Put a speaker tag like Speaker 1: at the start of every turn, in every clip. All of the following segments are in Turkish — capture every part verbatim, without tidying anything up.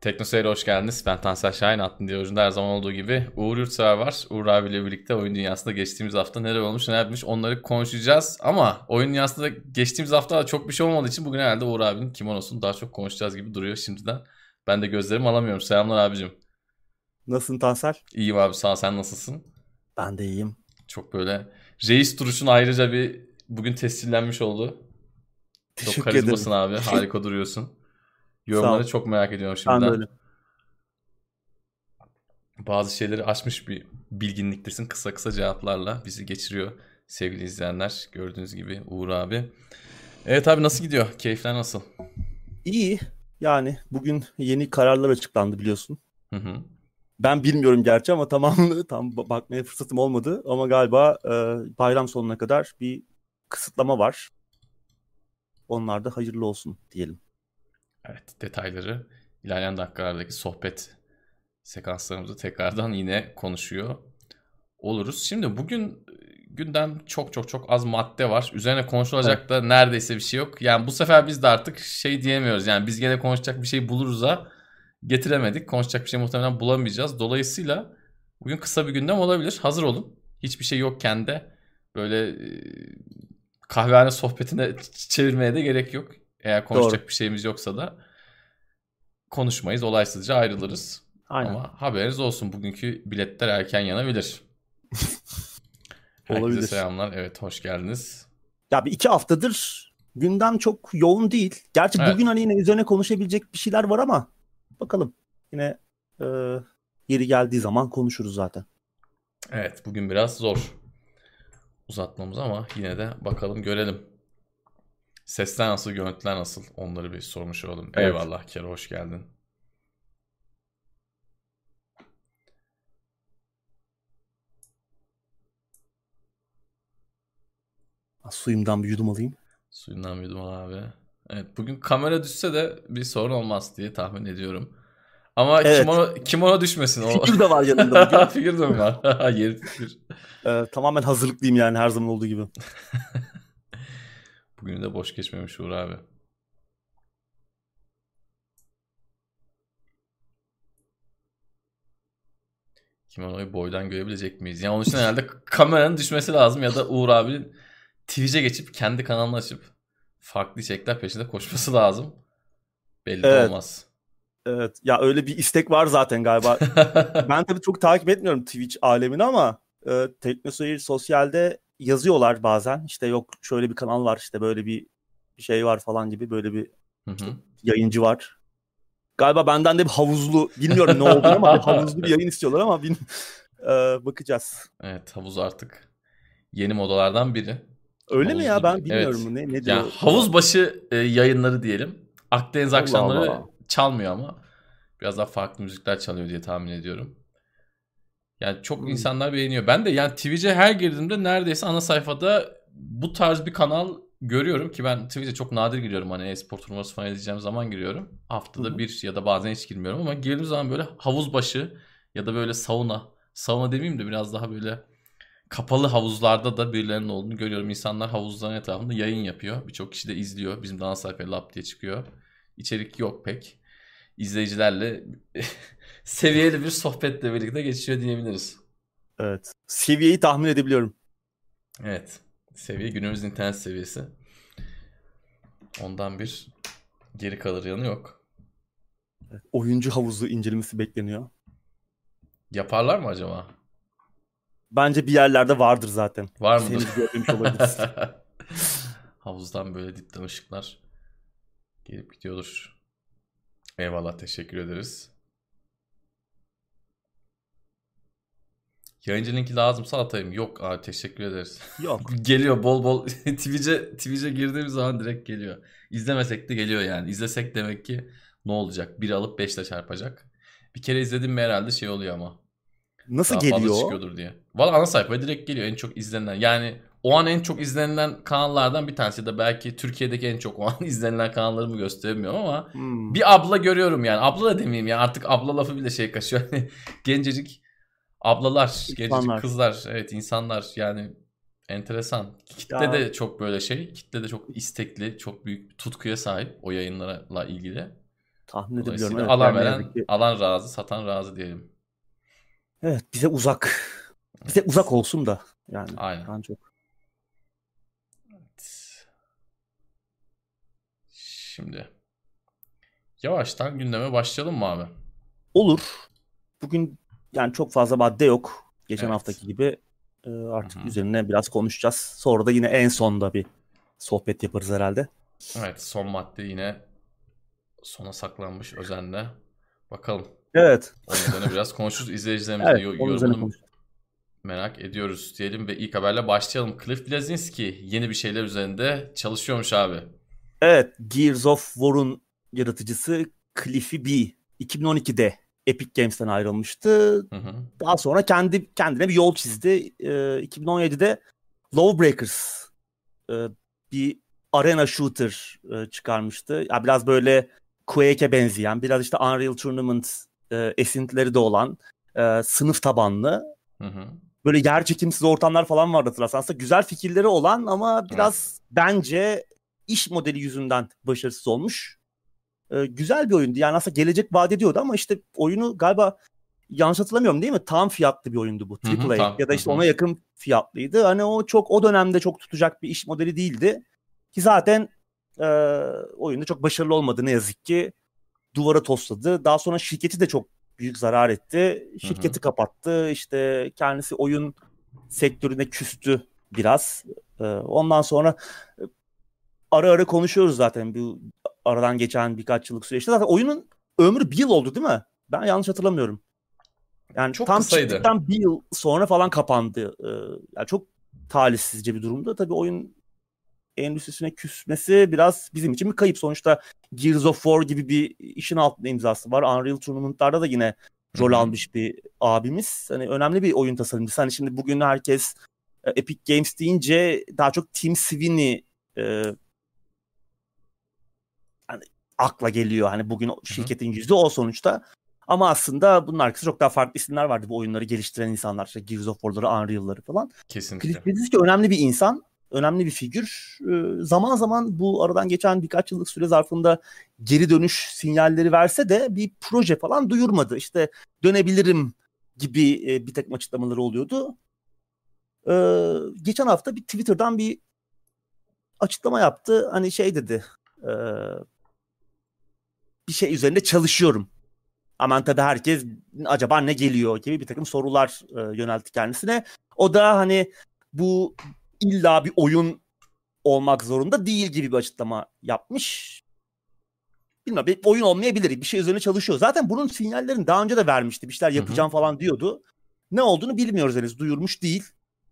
Speaker 1: Teknoseyir'e hoş geldiniz. Ben Tansel Şahin. Attın diye ucunda her zaman olduğu gibi Uğur Yurtsever var. Uğur abiyle birlikte oyun dünyasında geçtiğimiz hafta neler olmuş neler bitmiş onları konuşacağız. Ama oyun dünyasında geçtiğimiz hafta da çok bir şey olmadığı için bugün herhalde Uğur abinin kimonosunu daha çok konuşacağız gibi duruyor şimdiden. Ben de gözlerimi alamıyorum. Selamlar abicim.
Speaker 2: Nasılsın Tansel?
Speaker 1: İyiyim abi, sağ ol, sen nasılsın?
Speaker 2: Ben de iyiyim.
Speaker 1: Çok böyle reis duruşun ayrıca bir bugün tescillenmiş oldu. Çok
Speaker 2: Teşekkür
Speaker 1: karizmasın
Speaker 2: ederim.
Speaker 1: abi, harika duruyorsun.
Speaker 2: Sağ
Speaker 1: Yorumları
Speaker 2: ol.
Speaker 1: çok merak ediyorum
Speaker 2: Ben de
Speaker 1: şimdiden.
Speaker 2: öyle.
Speaker 1: Bazı şeyleri aşmış bir bilginliktesin. Kısa kısa cevaplarla bizi geçiriyor sevgili izleyenler. Gördüğünüz gibi Uğur abi. Evet abi, nasıl gidiyor? Keyifler nasıl?
Speaker 2: İyi. Yani bugün yeni kararlar açıklandı biliyorsun.
Speaker 1: Hı hı.
Speaker 2: Ben bilmiyorum gerçi ama tamamını tam ba- bakmaya fırsatım olmadı. Ama galiba e, bayram sonuna kadar bir kısıtlama var. Onlar da hayırlı olsun diyelim.
Speaker 1: Evet, detayları ilerleyen dakikalardaki sohbet sekanslarımızda tekrardan yine konuşuyor oluruz. Şimdi bugün gündem çok çok çok az madde var. Üzerine
Speaker 2: Evet.
Speaker 1: konuşulacak da neredeyse bir şey yok. Yani bu sefer biz de artık şey diyemiyoruz. Yani biz gene konuşacak bir şey buluruz ha. Getiremedik. Konuşacak bir şey muhtemelen bulamayacağız. Dolayısıyla bugün kısa bir gündem olabilir. Hazır olun. Hiçbir şey yokken de böyle e, kahvehane sohbetine ç- çevirmeye de gerek yok. Eğer
Speaker 2: Doğru.
Speaker 1: konuşacak bir şeyimiz yoksa da konuşmayız. Olaysızca ayrılırız.
Speaker 2: Aynen.
Speaker 1: Ama haberiniz olsun, bugünkü biletler erken yanabilir. Herkese
Speaker 2: Olabilir.
Speaker 1: selamlar. Evet, hoş geldiniz.
Speaker 2: Ya bir iki haftadır gündem çok yoğun değil. Gerçi bugün
Speaker 1: Evet.
Speaker 2: hani yine üzerine konuşabilecek bir şeyler var ama bakalım. Yine e, yeri geldiği zaman konuşuruz zaten.
Speaker 1: Evet, bugün biraz zor uzatmamız ama yine de bakalım görelim. Sesler nasıl, görüntüler nasıl? Onları bir sormuş olalım.
Speaker 2: Evet.
Speaker 1: Eyvallah Kero, hoş geldin.
Speaker 2: Suyumdan bir yudum alayım.
Speaker 1: Suyundan bir yudum abi. Evet, bugün kamera düşse de bir sorun olmaz diye tahmin ediyorum. Ama
Speaker 2: Evet.
Speaker 1: kimono, kimono düşmesin o.
Speaker 2: Figür de var yanında bugün.
Speaker 1: Figür de mi var? Yeni figür.
Speaker 2: Ee, tamamen hazırlıklıyım yani her zaman olduğu gibi.
Speaker 1: Bugünü de boş geçmemiş Uğur abi. Kimonoyu boydan görebilecek miyiz? Yani onun için herhalde kameranın düşmesi lazım ya da Uğur abinin Twitch'e geçip kendi kanalını açıp farklı içerikler peşinde koşması lazım. Belli de
Speaker 2: Evet.
Speaker 1: olmaz.
Speaker 2: Evet. Ya öyle bir istek var zaten galiba. Ben tabii çok takip etmiyorum Twitch alemini ama e, Teknoseyir Sosyal'de yazıyorlar bazen. İşte yok şöyle bir kanal var işte böyle bir bir şey var falan gibi böyle bir
Speaker 1: Hı
Speaker 2: işte
Speaker 1: hı.
Speaker 2: yayıncı var. Galiba benden de bir havuzlu bilmiyorum ne olduğunu ama bir havuzlu bir yayın istiyorlar ama bin, e, bakacağız.
Speaker 1: Evet, havuz artık yeni modalardan biri.
Speaker 2: Öyle mi ya
Speaker 1: Havuzlu
Speaker 2: ben
Speaker 1: bir, evet.
Speaker 2: bilmiyorum ne nedir
Speaker 1: Yani
Speaker 2: o olay.
Speaker 1: havuz başı e, yayınları diyelim. Akdeniz
Speaker 2: Allah
Speaker 1: akşamları
Speaker 2: Allah.
Speaker 1: çalmıyor ama biraz daha farklı müzikler çalıyor diye tahmin ediyorum. Yani çok
Speaker 2: Hmm.
Speaker 1: insanlar beğeniyor. Ben de yani Twitch'e her girdiğimde neredeyse ana sayfada bu tarz bir kanal görüyorum ki ben Twitch'e çok nadir giriyorum. Hani e-spor turnuvası falan izleyeceğim zaman giriyorum.
Speaker 2: Hı
Speaker 1: Haftada
Speaker 2: hı.
Speaker 1: bir ya da bazen hiç girmiyorum ama girdiğim zaman böyle havuz başı ya da böyle sauna. Sauna demeyeyim de biraz daha böyle kapalı havuzlarda da birilerinin olduğunu görüyorum. İnsanlar havuzların etrafında yayın yapıyor. Birçok kişi de izliyor. Bizim de ana sayfaya lap diye çıkıyor. İçerik yok pek. İzleyicilerle seviyeli bir sohbetle birlikte geçiyor diyebiliriz.
Speaker 2: Evet. Seviyeyi tahmin edebiliyorum.
Speaker 1: Evet. Seviye günümüz internet seviyesi. Ondan bir geri kalır yanı yok.
Speaker 2: Oyuncu havuzu incelemesi bekleniyor.
Speaker 1: Yaparlar mı acaba?
Speaker 2: Bence bir yerlerde vardır zaten.
Speaker 1: Var
Speaker 2: Biz
Speaker 1: mıdır?
Speaker 2: henüz görmemiş olabiliriz.
Speaker 1: Havuzdan böyle dipten ışıklar gelip gidiyordur. Eyvallah, teşekkür ederiz. Yayıncı linki lazımsa atayım. Yok abi, teşekkür ederiz.
Speaker 2: Yok.
Speaker 1: Geliyor bol bol. Twitch'e Twitch'e girdiğimiz zaman direkt geliyor. İzlemesek de geliyor yani. İzlesek demek ki ne olacak? Bir alıp beşle çarpacak. Bir kere izledim mi herhalde şey oluyor ama.
Speaker 2: Nasıl
Speaker 1: Daha fazla
Speaker 2: geliyor o?
Speaker 1: çıkıyordur diye. Valla ana sayfaya direkt geliyor en çok izlenilen. Yani o an en çok izlenilen kanallardan bir tanesi de belki Türkiye'deki en çok o an izlenilen kanallarımı gösteremiyorum ama
Speaker 2: Hmm.
Speaker 1: bir abla görüyorum yani. Abla da demeyeyim ya, artık abla lafı bile şey kaçıyor. Hani gencecik ablalar, gencecik
Speaker 2: İnsanlar.
Speaker 1: kızlar, evet insanlar yani enteresan. Kitle
Speaker 2: Ya
Speaker 1: de çok böyle şey, kitle de çok istekli, çok büyük bir tutkuya sahip o yayınlarla ilgili.
Speaker 2: tahmin edebiliyorum.
Speaker 1: Dolayısıyla
Speaker 2: Evet,
Speaker 1: alan
Speaker 2: yani ne
Speaker 1: veren,
Speaker 2: yazık ki.
Speaker 1: alan razı, satan razı diyelim.
Speaker 2: Evet, bize uzak. Bize uzak
Speaker 1: Evet.
Speaker 2: olsun da yani.
Speaker 1: Aynen.
Speaker 2: Ben çok.
Speaker 1: Şimdi yavaştan gündeme başlayalım mı abi?
Speaker 2: Olur. Bugün yani çok fazla madde yok. Geçen
Speaker 1: Evet.
Speaker 2: haftaki gibi Ee,
Speaker 1: Hı
Speaker 2: artık
Speaker 1: hı.
Speaker 2: üzerine biraz konuşacağız. Sonra da yine en sonda bir sohbet yaparız herhalde.
Speaker 1: Evet, son madde yine sona saklanmış özenle. Bakalım.
Speaker 2: Evet.
Speaker 1: Onun üzerine biraz konuşuruz. İzleyicilerimizin de
Speaker 2: Evet,
Speaker 1: yo-
Speaker 2: onun üzerine
Speaker 1: yorumunu
Speaker 2: konuşacağız.
Speaker 1: merak ediyoruz diyelim ve ilk haberle başlayalım. Cliff Bleszinski yeni bir şeyler üzerinde çalışıyormuş abi.
Speaker 2: Evet, Gears of War'un yaratıcısı Cliffy B. iki bin on ikide Epic Games'ten ayrılmıştı.
Speaker 1: Hı hı.
Speaker 2: Daha sonra kendi kendine bir yol çizdi. Ee, iki bin on yedide Lawbreakers e, bir arena shooter e, çıkarmıştı. Ya biraz böyle Quake'e benzeyen, biraz işte Unreal Tournament e, esintileri de olan e, sınıf tabanlı.
Speaker 1: Hı hı.
Speaker 2: Böyle yer çekimsiz ortamlar falan vardı hatırlarsan. Aslında güzel fikirleri olan ama
Speaker 1: Evet.
Speaker 2: biraz bence iş modeli yüzünden başarısız olmuş. Ee, güzel bir oyundu. Yani aslında gelecek vaat ediyordu ama işte oyunu galiba yanlış hatırlamıyorum değil mi? Tam fiyatlı bir oyundu bu.
Speaker 1: Hı hı,
Speaker 2: Triple A
Speaker 1: tam.
Speaker 2: ya da
Speaker 1: Hı
Speaker 2: işte
Speaker 1: hı.
Speaker 2: ona yakın fiyatlıydı. Hani o çok o dönemde çok tutacak bir iş modeli değildi. Ki zaten e, oyunda çok başarılı olmadı ne yazık ki. Duvara tosladı. Daha sonra şirketi de çok büyük zarar etti.
Speaker 1: Hı hı.
Speaker 2: Şirketi kapattı. İşte kendisi oyun sektörüne küstü biraz. Ee, ondan sonra e, ara ara konuşuyoruz zaten bu aradan geçen birkaç yıllık süreçte. Zaten oyunun ömrü bir yıl oldu değil mi? Ben yanlış hatırlamıyorum. Yani
Speaker 1: Çok
Speaker 2: tam
Speaker 1: kısaydı.
Speaker 2: çıktıktan bir yıl sonra falan kapandı. Ee, yani çok talihsizce bir durumda. Tabii oyun endüstrisine küsmesi biraz bizim için bir kayıp. Sonuçta Gears of War gibi bir işin altında imzası var. Unreal Tournament'larda da yine
Speaker 1: Hı
Speaker 2: rol
Speaker 1: hı.
Speaker 2: almış bir abimiz. Hani önemli bir oyun tasarımcısı. Hani şimdi bugün herkes e, Epic Games deyince daha çok Tim Sweeney e, hani akla geliyor. Hani bugün
Speaker 1: Hı hı.
Speaker 2: şirketin yüzü o sonuçta. Ama aslında bunun arkasında çok daha farklı isimler vardı bu oyunları geliştiren insanlar. İşte Gears of War'ları, Unreal'ları falan.
Speaker 1: Kesinlikle.
Speaker 2: Cliff Bleszinski önemli bir insan. Önemli bir figür. Ee, zaman zaman bu aradan geçen birkaç yıllık süre zarfında geri dönüş sinyalleri verse de bir proje falan duyurmadı. İşte dönebilirim gibi e, bir takım açıklamaları oluyordu. Ee, geçen hafta bir Twitter'dan bir açıklama yaptı. Hani şey dedi. E, bir şey üzerinde çalışıyorum. Aman tabii herkes acaba ne geliyor gibi bir takım sorular e, yöneltti kendisine. O da hani bu illa bir oyun olmak zorunda değil gibi bir açıklama yapmış. Bilmem bir oyun olmayabilir. Bir şey üzerine çalışıyor. Zaten bunun sinyallerini daha önce de vermişti. Bir şeyler
Speaker 1: Hı hı.
Speaker 2: yapacağım falan diyordu. Ne olduğunu bilmiyoruz henüz. Duyurmuş değil.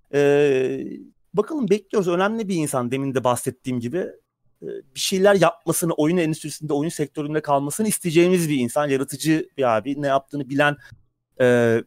Speaker 2: Ee, bakalım bekliyoruz. Önemli bir insan demin de bahsettiğim gibi. Ee, bir şeyler yapmasını, oyun endüstrisinde, oyun sektöründe kalmasını isteyeceğimiz bir insan. Yaratıcı bir abi. Ne yaptığını bilen, e,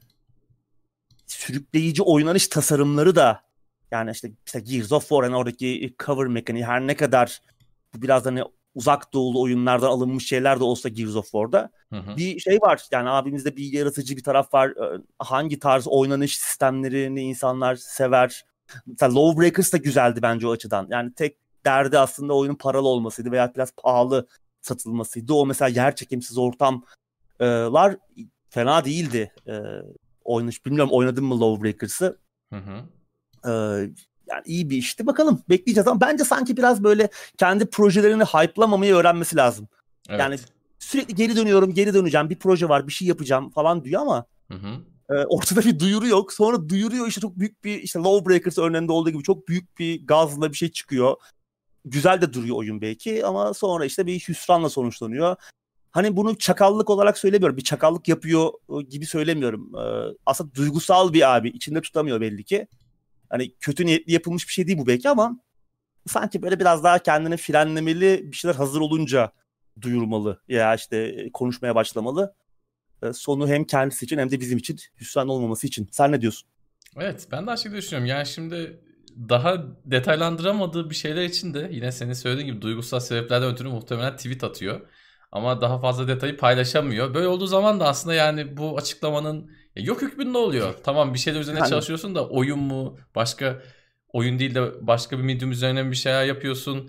Speaker 2: sürükleyici oynanış tasarımları da yani işte, işte Gears of War yani oradaki cover mekaniği her ne kadar bu biraz hani uzak doğulu oyunlardan alınmış şeyler de olsa Gears of War'da
Speaker 1: Hı hı.
Speaker 2: bir şey var. Yani abimizde bir yaratıcı bir taraf var. Hangi tarz oynanış sistemlerini insanlar sever. Mesela Lawbreakers da güzeldi bence o açıdan. Yani tek derdi aslında oyunun paralı olmasıydı veya biraz pahalı satılmasıydı. O mesela yer çekimsiz ortamlar fena değildi. Oynanış bilmiyorum oynadın mı Lawbreakers'ı?
Speaker 1: Hı hı.
Speaker 2: Ee, yani iyi bir işti. Bakalım bekleyeceğiz ama bence sanki biraz böyle kendi projelerini hype'lamamayı öğrenmesi lazım. Yani
Speaker 1: Evet.
Speaker 2: sürekli geri dönüyorum, geri döneceğim. Bir proje var, bir şey yapacağım falan diyor ama
Speaker 1: Hı hı.
Speaker 2: e, ortada bir duyuru yok. Sonra duyuruyor işte çok büyük bir işte Lawbreakers örneğinde olduğu gibi çok büyük bir gazla bir şey çıkıyor. Güzel de duruyor oyun belki ama sonra işte bir hüsranla sonuçlanıyor. Hani bunu çakallık olarak söylemiyorum. Bir çakallık yapıyor gibi söylemiyorum. Ee, aslında duygusal bir abi. İçinde tutamıyor belli ki. Hani kötü niyetli yapılmış bir şey değil bu belki ama sanki böyle biraz daha kendini frenlemeli, bir şeyler hazır olunca duyurmalı ya işte konuşmaya başlamalı. Ee, sonu hem kendisi için hem de bizim için hüsran olmaması için. Sen ne diyorsun?
Speaker 1: Evet, ben de aynı şekilde düşünüyorum. Yani şimdi daha detaylandıramadığı bir şeyler için de yine senin söylediğin gibi duygusal sebeplerden ötürü muhtemelen tweet atıyor. Ama daha fazla detayı paylaşamıyor. Böyle olduğu zaman da aslında yani bu açıklamanın ya yok hükmünde oluyor. Tamam bir şeyler üzerine
Speaker 2: Yani
Speaker 1: çalışıyorsun da oyun mu, başka oyun değil de başka bir medium üzerine mi bir şeyler yapıyorsun.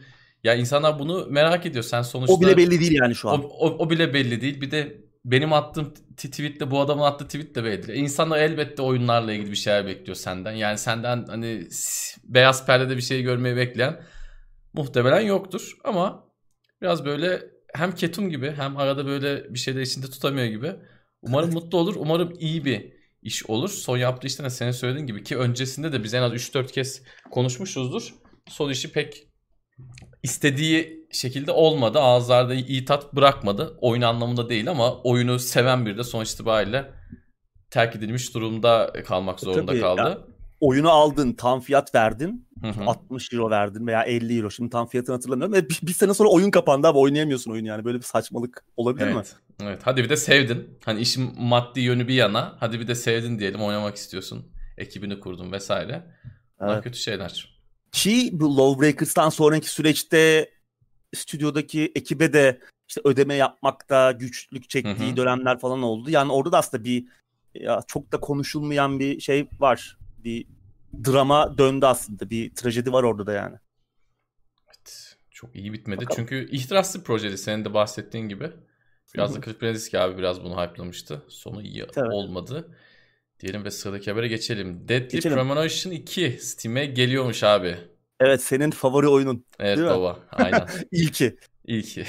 Speaker 1: Ya insanlar bunu merak ediyor. Sen sonuçta...
Speaker 2: O bile belli değil yani şu
Speaker 1: O,
Speaker 2: an.
Speaker 1: o, o bile belli değil. Bir de benim attığım t- tweetle bu adamın attığı tweet de belli. E, İnsanlar elbette oyunlarla ilgili bir şeyler bekliyor senden. Yani senden hani s- beyaz perdede bir şey görmeyi bekleyen muhtemelen yoktur. Ama biraz böyle hem ketum gibi hem arada böyle bir şeyler içinde tutamıyor gibi. Umarım mutlu olur. Umarım iyi bir iş olur. Son yaptığı işte de senin söylediğin gibi ki öncesinde de biz en az üç dört kez konuşmuşuzdur. Son işi pek istediği şekilde olmadı. Ağızlarda iyi tat bırakmadı. Oyun anlamında değil ama oyunu seven biri de sonuç itibariyle terk edilmiş durumda kalmak zorunda
Speaker 2: Tabii ya,
Speaker 1: kaldı.
Speaker 2: oyunu aldın, tam fiyat verdin.
Speaker 1: Hı hı.
Speaker 2: altmış euro verdin veya elli euro. Şimdi tam fiyatını hatırlamıyorum. E, bir, bir sene sonra oyun kapandı abi, oynayamıyorsun oyunu yani. Böyle bir saçmalık olabilir mi?
Speaker 1: Evet. Evet. Hadi bir de sevdin. Hani işin maddi yönü bir yana. Hadi bir de sevdin diyelim. Oynamak istiyorsun. Ekibini kurdun vesaire. Bunlar
Speaker 2: Evet.
Speaker 1: kötü şeyler.
Speaker 2: Ki bu Lawbreakers'tan sonraki süreçte stüdyodaki ekibe de işte ödeme yapmakta güçlük çektiği
Speaker 1: Hı hı.
Speaker 2: dönemler falan oldu. Yani orada da aslında bir ya çok da konuşulmayan bir şey var. Bir drama döndü aslında. Bir trajedi var orada da yani.
Speaker 1: Evet. Çok iyi bitmedi.
Speaker 2: Bakalım.
Speaker 1: Çünkü ihtiraslı bir projeydi senin de bahsettiğin gibi. Biraz
Speaker 2: Hı
Speaker 1: da
Speaker 2: hı.
Speaker 1: Cliff Bleszinski abi biraz bunu hype'lamıştı. Sonu iyi
Speaker 2: Evet.
Speaker 1: olmadı. Diyelim ve sıradaki habere geçelim. Deadly
Speaker 2: Geçelim.
Speaker 1: Premonition iki Steam'e geliyormuş abi.
Speaker 2: Evet, senin favori oyunun.
Speaker 1: Evet
Speaker 2: Değil mi?
Speaker 1: baba. Aynen.
Speaker 2: İlki.
Speaker 1: İlki.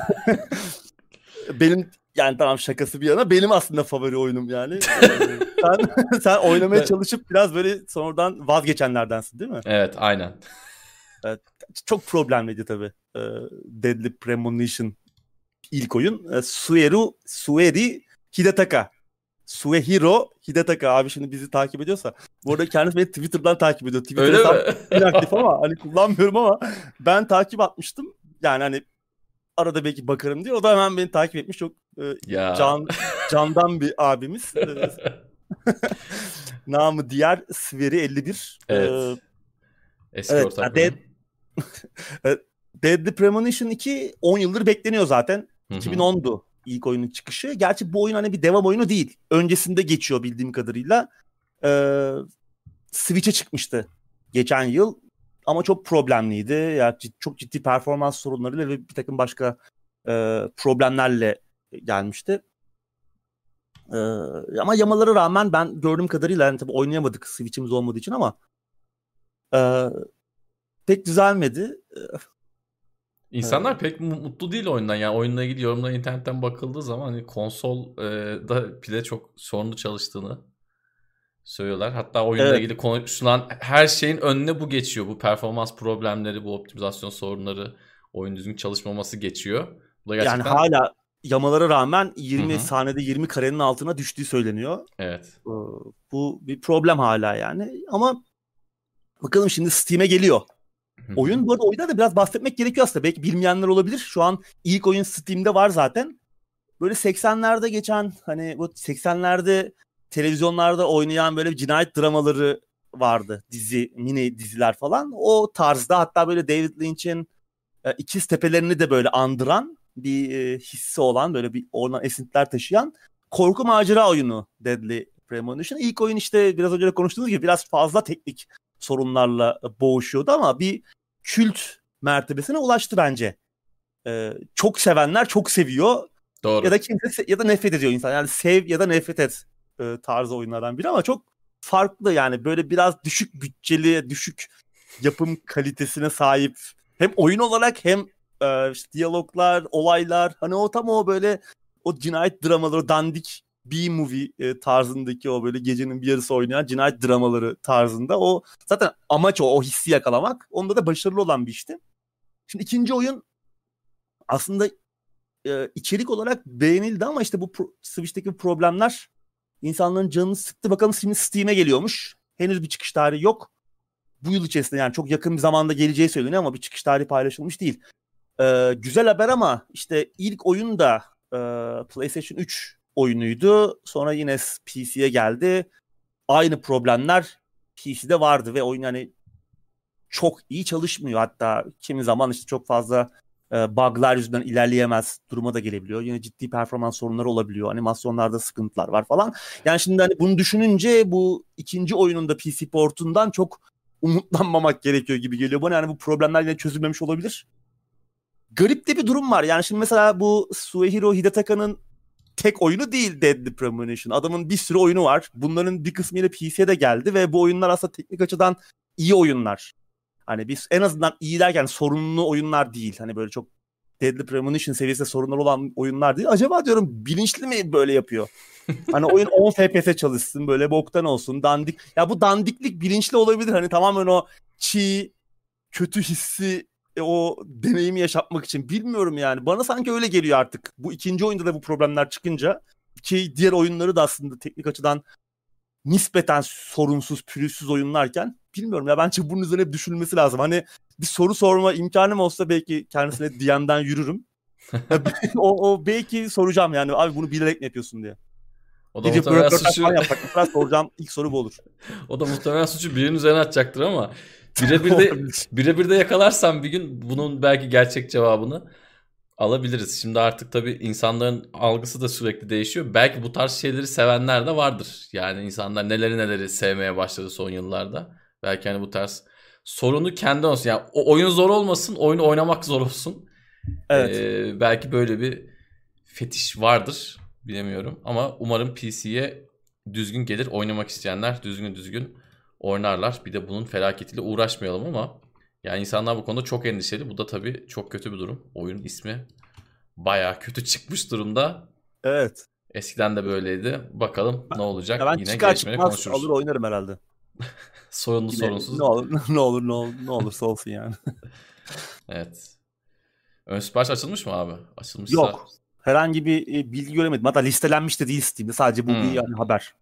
Speaker 2: Benim yani tamam, şakası bir yana benim aslında favori oyunum yani. Ee, sen sen oynamaya
Speaker 1: Ben-
Speaker 2: çalışıp biraz böyle sonradan vazgeçenlerdensin değil mi?
Speaker 1: Evet aynen.
Speaker 2: Evet, çok problemliydi tabii. Ee, Deadly Premonition ilk oyun. Ee, Sueru Sueri Hidetaka. Suehiro Hidetaka abi, şimdi bizi takip ediyorsa. Bu arada kendisi beni Twitter'dan takip ediyor. Twitter
Speaker 1: Öyle
Speaker 2: hesabım
Speaker 1: mi?
Speaker 2: inaktif ama hani kullanmıyorum ama ben takip atmıştım. Yani hani arada belki bakarım diye. O da hemen beni takip etmiş. Çok e,
Speaker 1: Ya.
Speaker 2: can candan bir abimiz. E, namı diğer Sveri elli bir. E,
Speaker 1: Evet. Eski
Speaker 2: evet. Dead,
Speaker 1: ortaklarım.
Speaker 2: Deadly Premonition iki on yıldır bekleniyor zaten.
Speaker 1: Hı hı.
Speaker 2: iki bin ondu ilk oyunun çıkışı. Gerçi bu oyun hani bir devam oyunu değil. Öncesinde geçiyor bildiğim kadarıyla. E, Switch'e çıkmıştı geçen yıl. Ama çok problemliydi. Yani cid- çok ciddi performans sorunlarıyla ve bir takım başka e, problemlerle gelmişti. E, ama yamalara rağmen ben gördüğüm kadarıyla yani tabii oynayamadık Switch'imiz olmadığı için ama e, pek düzelmedi.
Speaker 1: İnsanlar pek mu- mutlu değil oyundan. Yani oyunla ilgili yorumlara internetten bakıldığı zaman hani konsol e, da bile çok sorunlu çalıştığını söylüyorlar. Hatta oyunla
Speaker 2: Evet.
Speaker 1: ilgili konuşulan her şeyin önüne bu geçiyor. Bu performans problemleri, bu optimizasyon sorunları, oyun düzgün çalışmaması geçiyor. Bu da
Speaker 2: Yani
Speaker 1: gerçekten...
Speaker 2: hala yamalara rağmen
Speaker 1: Hı
Speaker 2: yirmi
Speaker 1: hı.
Speaker 2: saniyede yirmi karenin altına düştüğü söyleniyor.
Speaker 1: Evet.
Speaker 2: E, bu bir problem hala yani. Ama bakalım, şimdi Steam'e geliyor.
Speaker 1: Hı hı.
Speaker 2: Oyun, bu arada oyunda da biraz bahsetmek gerekiyor aslında. Belki bilmeyenler olabilir. Şu an ilk oyun Steam'de var zaten. Böyle seksenlerde geçen, hani bu seksenlerde televizyonlarda oynayan böyle cinayet dramaları vardı. Dizi, mini diziler falan. O tarzda, hatta böyle David Lynch'in e, İkiz Tepelerini de böyle andıran bir e, hissi olan, böyle bir oradan esintiler taşıyan korku macera oyunu Deadly Premonition. İlk oyun işte biraz önce de konuştuğumuz gibi biraz fazla teknik sorunlarla boğuşuyordu ama bir kült mertebesine ulaştı bence. Ee, çok sevenler çok seviyor
Speaker 1: Doğru.
Speaker 2: ya da kimse se- ya da nefret ediyor insan. Yani sev ya da nefret et e, tarzı oyunlardan biri ama çok farklı yani, böyle biraz düşük bütçeli, düşük yapım kalitesine sahip. Hem oyun olarak hem e, işte diyaloglar, olaylar, hani o tam o böyle o cinayet dramaları, dandik B-movie e, tarzındaki o böyle gecenin bir yarısı oynayan cinayet dramaları tarzında, o zaten amaç o, o hissi yakalamak. Onda da başarılı olan bir işti. Şimdi ikinci oyun aslında e, içerik olarak beğenildi ama işte bu pro- Switch'teki problemler insanların canını sıktı. Bakalım şimdi Steam'e geliyormuş. Henüz bir çıkış tarihi yok. Bu yıl içerisinde, yani çok yakın bir zamanda geleceği söyleniyor ama bir çıkış tarihi paylaşılmış değil. E, güzel haber ama işte ilk oyun da e, PlayStation üç oyunuydu. Sonra yine P C'ye geldi. Aynı problemler P C'de vardı ve oyun yani çok iyi çalışmıyor. Hatta kimi zaman işte çok fazla e, bug'lar yüzünden ilerleyemez duruma da gelebiliyor. Yine ciddi performans sorunları olabiliyor. Animasyonlarda sıkıntılar var falan. Yani şimdi hani bunu düşününce bu ikinci oyunun da P C portundan çok umutlanmamak gerekiyor gibi geliyor bana. Yani bu problemler yine çözülmemiş olabilir. garip de bir durum var. Yani şimdi mesela bu Suehiro Hidetaka'nın tek oyunu değil Deadly Premonition. Adamın bir sürü oyunu var. Bunların bir kısmıyla P C'ye de geldi ve bu oyunlar aslında teknik açıdan iyi oyunlar. Hani biz en azından iyi derken sorunlu oyunlar değil. Hani böyle çok Deadly Premonition seviyesinde sorunları olan oyunlar değil. Acaba diyorum bilinçli mi böyle yapıyor? Hani oyun on F P S çalışsın, böyle boktan olsun, dandik. Ya bu dandiklik bilinçli olabilir. Hani tamamen o çiğ, kötü hissi, e, o deneyimi yaşatmak için. Bilmiyorum yani. Bana sanki öyle geliyor artık. Bu ikinci oyunda da bu problemler çıkınca, ki diğer oyunları da aslında teknik açıdan nispeten sorunsuz, pürüzsüz oyunlarken, bilmiyorum ya, bence bunun üzerine düşünülmesi lazım. Hani bir soru sorma imkanım olsa belki kendisine D M'den yürürüm. o, o belki soracağım yani, abi bunu bilerek mi yapıyorsun diye.
Speaker 1: O da
Speaker 2: Gidip
Speaker 1: muhtemelen
Speaker 2: röportaj
Speaker 1: suçu
Speaker 2: falan yapsak mesela soracağım ilk soru bu olur.
Speaker 1: o da muhtemelen suçu birinin üzerine atacaktır ama birebir de birebir de yakalarsam bir gün bunun belki gerçek cevabını alabiliriz. Şimdi artık tabii insanların algısı da sürekli değişiyor. Belki bu tarz şeyleri sevenler de vardır. Yani insanlar neleri neleri sevmeye başladı son yıllarda. Belki hani bu tarz sorunu kendi olsun. Yani o oyun zor olmasın, oyunu oynamak zor olsun.
Speaker 2: Evet.
Speaker 1: Ee, belki böyle bir fetiş vardır. Bilemiyorum ama umarım P C'ye düzgün gelir. Oynamak isteyenler düzgün düzgün oynarlar. Bir de bunun felaketiyle uğraşmayalım ama yani insanlar bu konuda çok endişeli. Bu da tabii çok kötü bir durum. Oyunun ismi bayağı kötü çıkmış durumda.
Speaker 2: Evet.
Speaker 1: Eskiden de böyleydi. Bakalım ne olacak?
Speaker 2: Ya ben
Speaker 1: Yine
Speaker 2: çıkar
Speaker 1: gelişmeleri
Speaker 2: çıkmaz alır
Speaker 1: konuşuruz.
Speaker 2: oynarım herhalde.
Speaker 1: Sorunlu
Speaker 2: Yine
Speaker 1: sorunsuz.
Speaker 2: ne olur ne olur ne olur ne olursa olsun yani.
Speaker 1: Evet. Ön sipariş açılmış mı abi? Açılmışsa.
Speaker 2: Yok. Herhangi bir e, bilgi göremedim. Hatta listelenmiş de değil Steam'de. Sadece bu bir
Speaker 1: Hmm.
Speaker 2: yani haber.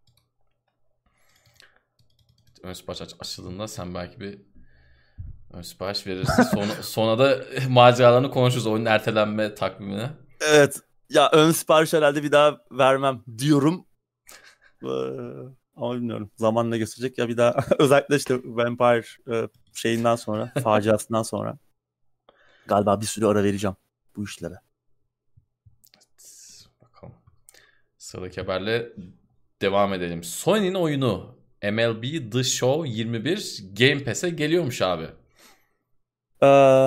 Speaker 1: Ön sipariş aç- açıldığında sen belki bir ön sipariş verirsin. Sonra, sonra da maceralarını konuşuruz. Oyunun ertelenme takvimine.
Speaker 2: Evet. Ya ön sipariş herhalde bir daha vermem diyorum. Ee, ama bilmiyorum. Zamanla gösterecek ya bir daha. Özellikle işte Vampire e, şeyinden sonra, faciasından sonra galiba bir süre ara vereceğim bu işlere.
Speaker 1: Bakalım. Sıradaki haberle devam edelim. Sony'nin oyunu M L B The Show yirmi bir Game Pass'e geliyormuş abi.
Speaker 2: Ee,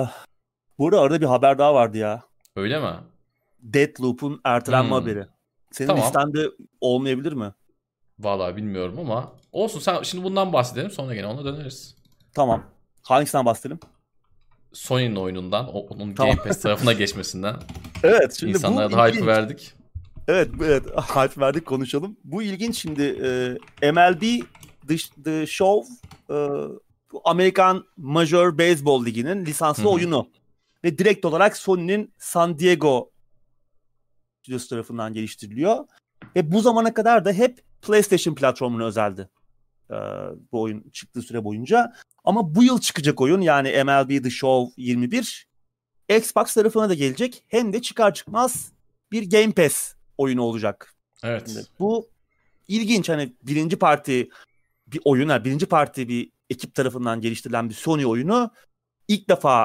Speaker 2: bu arada arada bir haber daha vardı ya.
Speaker 1: Öyle mi?
Speaker 2: Deathloop'un ertelenme
Speaker 1: Hmm.
Speaker 2: haberi. Senin
Speaker 1: Tamam.
Speaker 2: listende olmayabilir mi?
Speaker 1: Vallahi bilmiyorum ama olsun, sen şimdi bundan bahsedelim, sonra gene ona döneriz.
Speaker 2: Tamam. Hangisinden bahsedelim?
Speaker 1: Sony'nin oyunundan, o- onun
Speaker 2: Tamam.
Speaker 1: Game Pass tarafına geçmesinden
Speaker 2: Evet, şimdi bu
Speaker 1: insanlara da hype
Speaker 2: ilginç.
Speaker 1: verdik.
Speaker 2: Evet, evet. Hype verdik, konuşalım. Bu ilginç şimdi. E, M L B The, The Show e, bu Amerikan Major Baseball Ligi'nin lisanslı
Speaker 1: Hı hı.
Speaker 2: oyunu. Ve direkt olarak Sony'nin San Diego stüdyosu tarafından geliştiriliyor. Ve bu zamana kadar da hep PlayStation platformuna özeldi. E, bu oyun çıktığı süre boyunca. Ama bu yıl çıkacak oyun, yani M L B The Show yirmi bir Xbox tarafına da gelecek. Hem de çıkar çıkmaz bir Game Pass oyunu olacak.
Speaker 1: Evet.
Speaker 2: Şimdi bu ilginç, hani birinci parti bir oyun, yani birinci parti bir ekip tarafından geliştirilen bir Sony oyunu ilk defa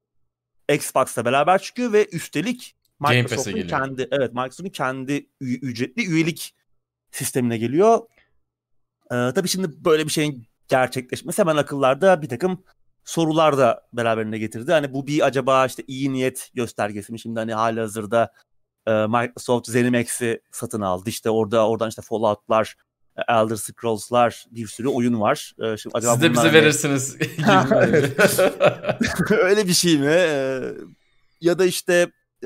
Speaker 2: Xbox'la beraber çıkıyor ve üstelik
Speaker 1: Game Pass'e
Speaker 2: Microsoft'un
Speaker 1: geliyor.
Speaker 2: kendi evet Microsoft'un kendi ü- ücretli üyelik sistemine geliyor. Ee, tabii şimdi böyle bir şeyin gerçekleşmesi hemen akıllarda bir takım sorular da beraberinde getirdi. Hani bu bir acaba işte iyi niyet göstergesi mi? Şimdi hani halihazırda e, Microsoft ZeniMax'i satın aldı. İşte orada oradan işte Fallout'lar, Elder Scrolls'lar, bir sürü oyun var. E, şimdi acaba
Speaker 1: Siz de
Speaker 2: bunlar
Speaker 1: bize
Speaker 2: hani
Speaker 1: verirsiniz gibi mi acaba?
Speaker 2: öyle bir şey mi? E, ya da işte e,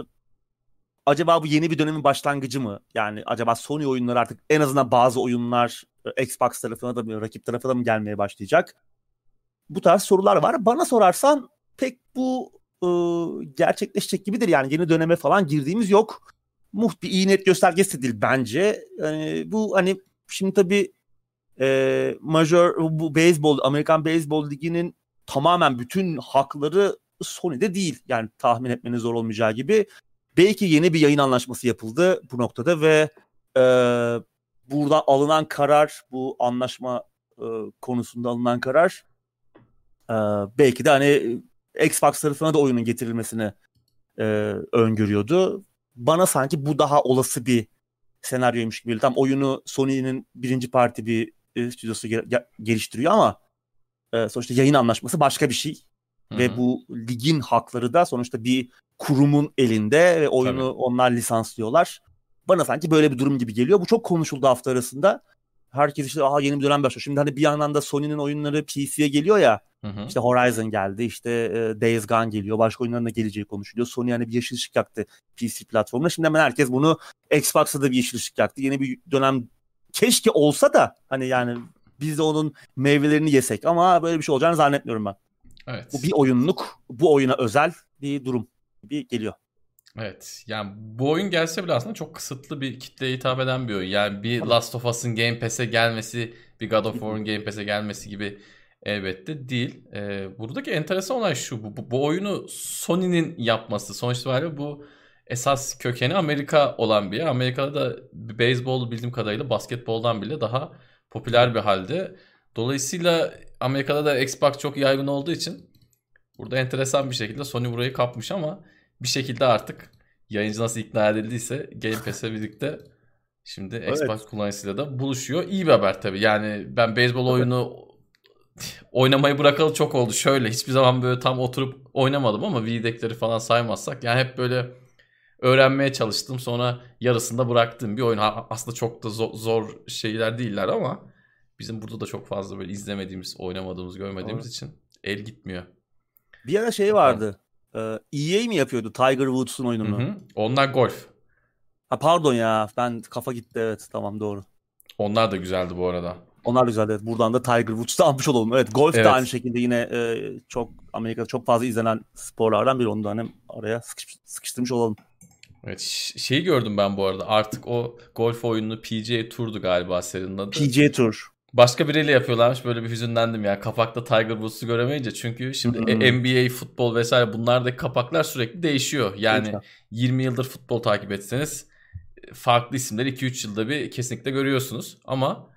Speaker 2: acaba bu yeni bir dönemin başlangıcı mı? Yani acaba Sony oyunları artık en azından bazı oyunlar e, Xbox tarafına da mı, rakip tarafına da mı gelmeye başlayacak? Bu tarz sorular var. Bana sorarsan pek bu e, gerçekleşecek gibidir. Yani yeni döneme falan girdiğimiz yok. Muht bir iyi niyet göstergesi değil bence. Yani bu hani şimdi tabii e, major bu beyzbol, Amerikan Beyzbol Ligi'nin tamamen bütün hakları Sony'de değil. Yani tahmin etmeniz zor olmayacağı gibi. Belki yeni bir yayın anlaşması yapıldı bu noktada ve e, burada alınan karar, bu anlaşma e, konusunda alınan karar e, belki de hani Xbox tarafına da oyunun getirilmesini e, öngörüyordu. Bana sanki bu daha olası bir senaryoymuş gibi. Tam oyunu Sony'nin birinci parti bir e, stüdyosu ge- ge- geliştiriyor ama e, sonuçta yayın anlaşması başka bir şey.
Speaker 1: Hı
Speaker 2: ve
Speaker 1: hı.
Speaker 2: bu ligin hakları da sonuçta bir kurumun elinde ve oyunu
Speaker 1: Tabii.
Speaker 2: onlar lisanslıyorlar. Bana sanki böyle bir durum gibi geliyor. Bu çok konuşuldu hafta arasında. Herkes işte aha yeni bir dönem başlıyor. Şimdi hani bir yandan da Sony'nin oyunları P C'ye geliyor ya.
Speaker 1: Hı hı.
Speaker 2: İşte Horizon geldi, işte e, Days Gone geliyor. Başka oyunların da geleceği konuşuluyor. Sony hani bir yeşil ışık yaktı P C platformuna. Şimdi hemen herkes bunu Xbox'ta da bir yeşil ışık yaktı. Yeni bir dönem keşke olsa da hani yani biz de onun meyvelerini yesek ama böyle bir şey olacağını zannetmiyorum ben. Bu bir
Speaker 1: Evet.
Speaker 2: oyunluk, bu oyuna özel bir durum gibi geliyor.
Speaker 1: Evet. Yani bu oyun gelse bile aslında çok kısıtlı bir kitleye hitap eden bir oyun. Yani bir
Speaker 2: Tabii.
Speaker 1: Last of Us'ın Game Pass'e gelmesi, bir God of War'un Game Pass'e gelmesi gibi elbette değil. Ee, buradaki enteresan olay şu. Bu, bu, bu oyunu Sony'nin yapması. Sonuç itibariyle bu esas kökeni Amerika olan bir yer. Amerika'da da beyzbol bildiğim kadarıyla basketboldan bile daha popüler bir halde. Dolayısıyla Amerika'da da Xbox çok yaygın olduğu için burada enteresan bir şekilde Sony burayı kapmış ama bir şekilde artık yayıncı nasıl ikna edildiyse Game Pass'le birlikte şimdi Xbox
Speaker 2: Evet.
Speaker 1: kullanıcısıyla da buluşuyor. İyi bir haber tabii. Yani ben beyzbol
Speaker 2: Tabii.
Speaker 1: oyunu oynamayı bırakalı çok oldu. Şöyle hiçbir zaman böyle tam oturup oynamadım ama V'dekileri falan saymazsak. Yani hep böyle öğrenmeye çalıştım. Sonra yarısında bıraktığım bir oyun. Ha, aslında çok da zor, zor şeyler değiller ama bizim burada da çok fazla böyle izlemediğimiz, oynamadığımız, görmediğimiz
Speaker 2: Doğru.
Speaker 1: için el gitmiyor.
Speaker 2: Bir ara şey
Speaker 1: Bakalım.
Speaker 2: vardı. Ee, E A mi yapıyordu Tiger Woods'un
Speaker 1: Hı
Speaker 2: oyununu?
Speaker 1: hı. Onlar golf.
Speaker 2: Ha pardon ya, ben kafa gitti, evet tamam doğru.
Speaker 1: Onlar da güzeldi bu arada.
Speaker 2: Onlar güzel, evet. Buradan da Tiger Woods'u almış olalım. Evet, golf de aynı
Speaker 1: Evet.
Speaker 2: şekilde yine e, çok Amerika'da çok fazla izlenen sporlardan biri. Onu da hani araya sıkış, sıkıştırmış olalım.
Speaker 1: Evet. ş- Şeyi gördüm ben bu arada. Artık o golf oyununu P G A Tour'du galiba serinin adı.
Speaker 2: P G A Tour.
Speaker 1: Başka biriyle yapıyorlarmış. Böyle bir hüzünlendim ya. Kapakta Tiger Woods'u göremeyince. Çünkü şimdi
Speaker 2: Hmm,
Speaker 1: N B A, futbol vesaire bunlardaki kapaklar sürekli değişiyor. Yani
Speaker 2: değişken.
Speaker 1: yirmi yıldır futbol takip etseniz farklı isimleri iki üç yılda bir kesinlikle görüyorsunuz. Ama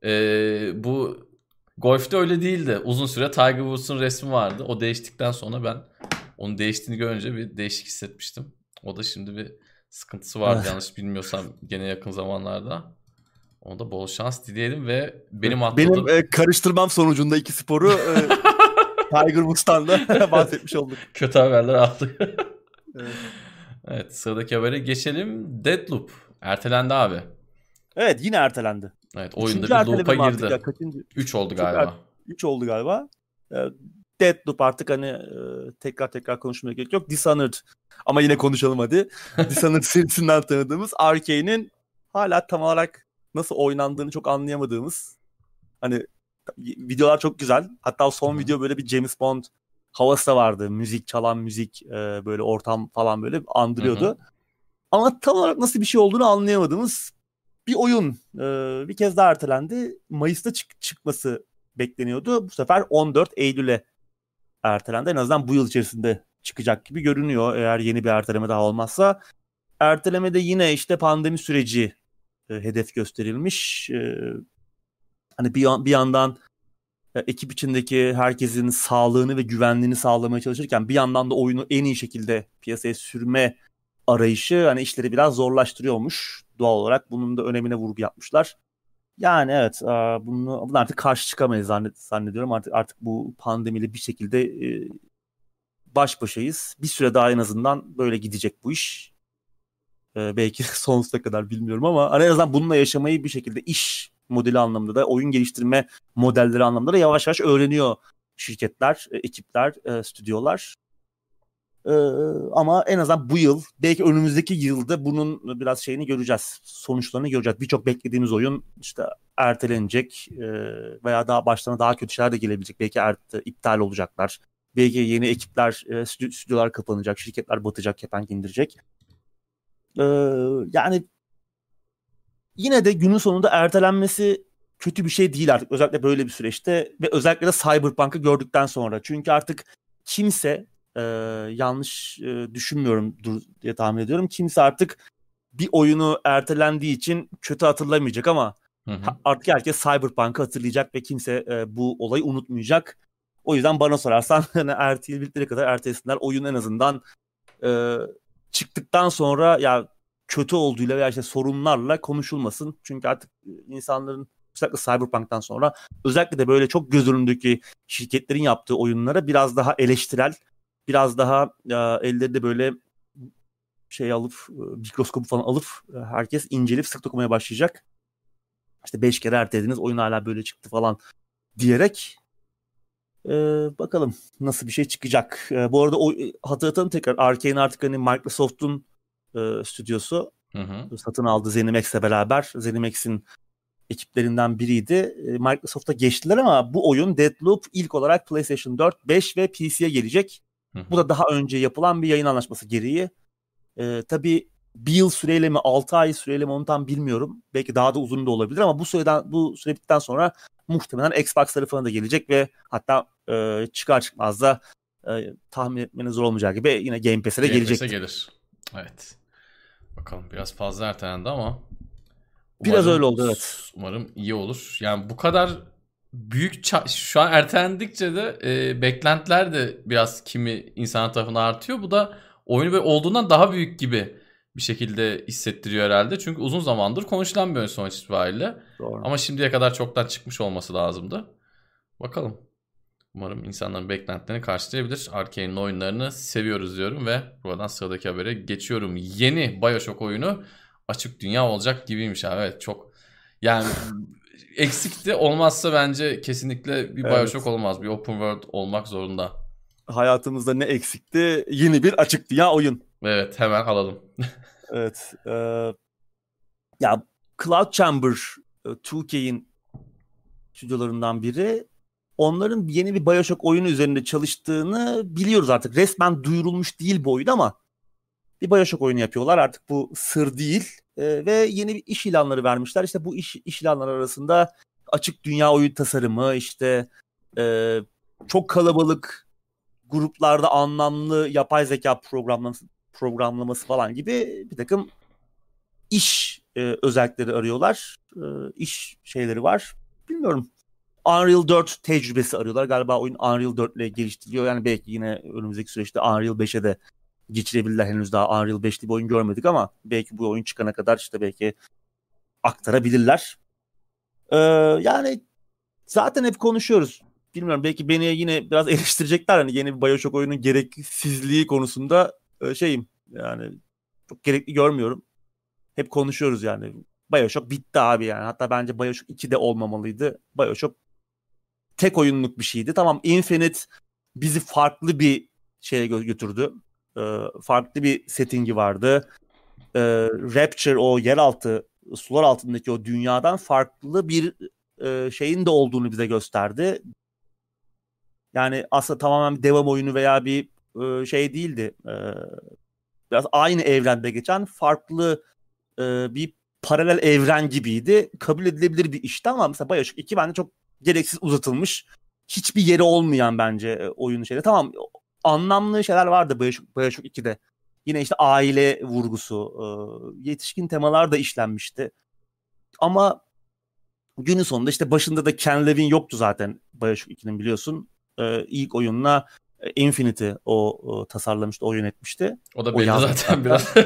Speaker 1: e, bu golfte öyle değildi. Uzun süre Tiger Woods'un resmi vardı. O değiştikten sonra ben onun değiştiğini görünce bir değişik hissetmiştim. O da şimdi bir sıkıntısı vardı
Speaker 2: Evet.
Speaker 1: yanlış bilmiyorsam gene yakın zamanlarda. Ona da bol şans dileyelim ve benim
Speaker 2: Benim
Speaker 1: atladığım
Speaker 2: e, karıştırmam sonucunda iki sporu e, Tiger Woods'tan da bahsetmiş olduk.
Speaker 1: kötü haberler aldık.
Speaker 2: Evet.
Speaker 1: Evet, sıradaki habere geçelim. Deathloop ertelendi abi.
Speaker 2: Evet, yine ertelendi.
Speaker 1: Evet, oyunda
Speaker 2: Üçüncü
Speaker 1: bir loop'a
Speaker 2: erteleme mi artık
Speaker 1: girdi.
Speaker 2: ya? Kaçıncı?
Speaker 1: üç oldu
Speaker 2: Çok er...
Speaker 1: galiba.
Speaker 2: Üç oldu galiba. E, Deathloop artık hani e, tekrar tekrar konuşmaya gerek yok. Dishonored. Ama yine konuşalım hadi. Dishonored serisinden tanıdığımız Arkane'in hala tam olarak nasıl oynandığını çok anlayamadığımız, hani videolar çok güzel. Hatta o son
Speaker 1: Hı hı.
Speaker 2: video böyle bir James Bond havası da vardı. Müzik, çalan müzik, e, böyle ortam falan böyle
Speaker 1: Hı hı.
Speaker 2: andırıyordu. Ama tam olarak nasıl bir şey olduğunu anlayamadığımız bir oyun. E, bir kez daha ertelendi. Mayıs'ta çık- çıkması bekleniyordu. Bu sefer on dört Eylül'e ertelendi. En azından bu yıl içerisinde çıkacak gibi görünüyor. Eğer yeni bir erteleme daha olmazsa. Ertelemede yine işte pandemi süreci e, hedef gösterilmiş. E, hani bir, yan- bir yandan e, ekip içindeki herkesin sağlığını ve güvenliğini sağlamaya çalışırken bir yandan da oyunu en iyi şekilde piyasaya sürme arayışı hani işleri biraz zorlaştırıyormuş. Doğal olarak bunun da önemine vurgu yapmışlar. Yani evet, e, bunu, bunu artık karşı çıkamayız zannet, zannediyorum. Artık artık bu pandemiyle bir şekilde e, baş başayız. Bir süre daha en azından böyle gidecek bu iş. E, belki sonsuza kadar bilmiyorum ama hani en azından bununla yaşamayı bir şekilde iş modeli anlamında da oyun geliştirme modelleri anlamında da yavaş yavaş öğreniyor şirketler, e, ekipler, e, stüdyolar. E, ama en azından bu yıl, belki önümüzdeki yılda bunun biraz şeyini göreceğiz. Sonuçlarını göreceğiz. Birçok beklediğimiz oyun işte ertelenecek e, veya daha başlarına daha kötü şeyler de gelebilecek. Belki ert- iptal olacaklar. Belki yeni ekipler, e, stü- stüdyolar kapanacak, şirketler batacak, kepenk indirecek. E, yani yine de günün sonunda ertelenmesi kötü bir şey değil artık. Özellikle böyle bir süreçte ve özellikle de Cyberpunk'ı gördükten sonra. Çünkü artık kimse e, yanlış e, düşünmüyorum diye tahmin ediyorum. Kimse artık bir oyunu ertelendiği için kötü hatırlamayacak ama
Speaker 1: Hı hı.
Speaker 2: artık herkes Cyberpunk'ı hatırlayacak ve kimse e, bu olayı unutmayacak. O yüzden bana sorarsan hani ertelebildikleri kadar ertelesinler. Oyun en azından e, çıktıktan sonra ya kötü olduğuyla veya işte sorunlarla konuşulmasın. Çünkü artık insanların özellikle Cyberpunk'tan sonra özellikle de böyle çok göz önündeki şirketlerin yaptığı oyunlara biraz daha eleştirel, biraz daha e, ellerinde böyle şey alıp mikroskopu falan alıp herkes inceleyip sık dokumaya başlayacak. İşte beş kere ertelediniz, oyun hala böyle çıktı falan diyerek e, bakalım nasıl bir şey çıkacak. E, bu arada o, hatırlatalım tekrar, Arkane artık hani Microsoft'un e, stüdyosu.
Speaker 1: Hı hı.
Speaker 2: Satın aldı ZeniMax'le beraber. ZeniMax'in ekiplerinden biriydi. E, Microsoft'a geçtiler ama bu oyun Deathloop ilk olarak PlayStation dört, beş ve P C'ye gelecek.
Speaker 1: Hı hı.
Speaker 2: Bu da daha önce yapılan bir yayın anlaşması gereği. E, tabii bir yıl süreyle mi, altı ay süreyle mi onu tam bilmiyorum. Belki daha da uzun da olabilir ama bu süreden bu süre bittikten sonra muhtemelen Xbox tarafına da gelecek ve hatta e, çıkar çıkmaz da e, tahmin etmeniz zor olmayacağı gibi yine Game Pass'e de
Speaker 1: Game
Speaker 2: gelecek.
Speaker 1: Pass'e gelir. Evet. Bakalım, biraz fazla ertelendi ama
Speaker 2: biraz
Speaker 1: umarım,
Speaker 2: öyle oldu, evet.
Speaker 1: Umarım iyi olur. Yani bu kadar büyük ça- şu an ertelendikçe de e, beklentiler de biraz kimi insan tarafından artıyor. Bu da oyunu böyle olduğundan daha büyük gibi bir şekilde hissettiriyor herhalde. Çünkü uzun zamandır konuşulan bir oyun sonuç itibariyle.
Speaker 2: Doğru.
Speaker 1: Ama şimdiye kadar çoktan çıkmış olması lazımdı. Bakalım. Umarım insanların beklentilerini karşılayabilir. Arkane'in oyunlarını seviyoruz diyorum ve buradan sıradaki habere geçiyorum. Yeni BioShock oyunu açık dünya olacak gibiymiş abi. Evet, çok yani eksikti. Olmazsa bence kesinlikle bir BioShock
Speaker 2: Evet.
Speaker 1: olmaz. Bir open world olmak zorunda.
Speaker 2: Hayatımızda ne eksikti? Yeni bir açık dünya oyun.
Speaker 1: Evet, hemen alalım.
Speaker 2: Evet. E, ya Cloud Chamber, e, iki K'in stüdyolarından biri. Onların yeni bir BioShock oyunu üzerinde çalıştığını biliyoruz artık. Resmen duyurulmuş değil bu oyun ama bir BioShock oyunu yapıyorlar. Artık bu sır değil. E, ve yeni bir iş ilanları vermişler. İşte bu iş, iş ilanları arasında açık dünya oyun tasarımı, işte e, çok kalabalık gruplarda anlamlı yapay zeka programlaması, programlaması falan gibi bir takım iş e, özellikleri arıyorlar. E, iş şeyleri var. Bilmiyorum. Unreal dört tecrübesi arıyorlar. Galiba oyun Unreal dört ile geliştiriliyor. Yani belki yine önümüzdeki süreçte Unreal beşe de geçirebilirler. Henüz daha Unreal beşli bir oyun görmedik ama belki bu oyun çıkana kadar işte belki aktarabilirler. Ee, yani zaten hep konuşuyoruz. Bilmiyorum, belki beni yine biraz eleştirecekler. Hani yeni bir BioShock oyunun gereksizliği konusunda e, şeyim yani çok gerekli görmüyorum. Hep konuşuyoruz yani. BioShock bitti abi yani. Hatta bence BioShock iki de olmamalıydı. BioShock tek oyunluk bir şeydi. Tamam, Infinite bizi farklı bir şeye gö- götürdü. Ee, farklı bir settingi vardı. Ee, Rapture, o yeraltı, sular altındaki o dünyadan farklı bir e, şeyin de olduğunu bize gösterdi. Yani aslında tamamen bir devam oyunu veya bir e, şey değildi. Ee, biraz aynı evrende geçen farklı e, bir paralel evren gibiydi. Kabul edilebilir bir işti ama mesela BioShock iki bence çok gereksiz uzatılmış. Hiçbir yeri olmayan bence e, oyunun şeyde. Tamam, anlamlı şeyler vardı BioShock, BioShock ikide. Yine işte aile vurgusu, e, yetişkin temalar da işlenmişti. Ama günün sonunda işte başında da Ken Levine yoktu zaten BioShock ikinin, biliyorsun. E, ilk oyunla e, Infinite'i o, o tasarlamıştı, o yönetmişti.
Speaker 1: O da
Speaker 2: O
Speaker 1: belli
Speaker 2: yazmıştı
Speaker 1: zaten
Speaker 2: hatta.
Speaker 1: biraz.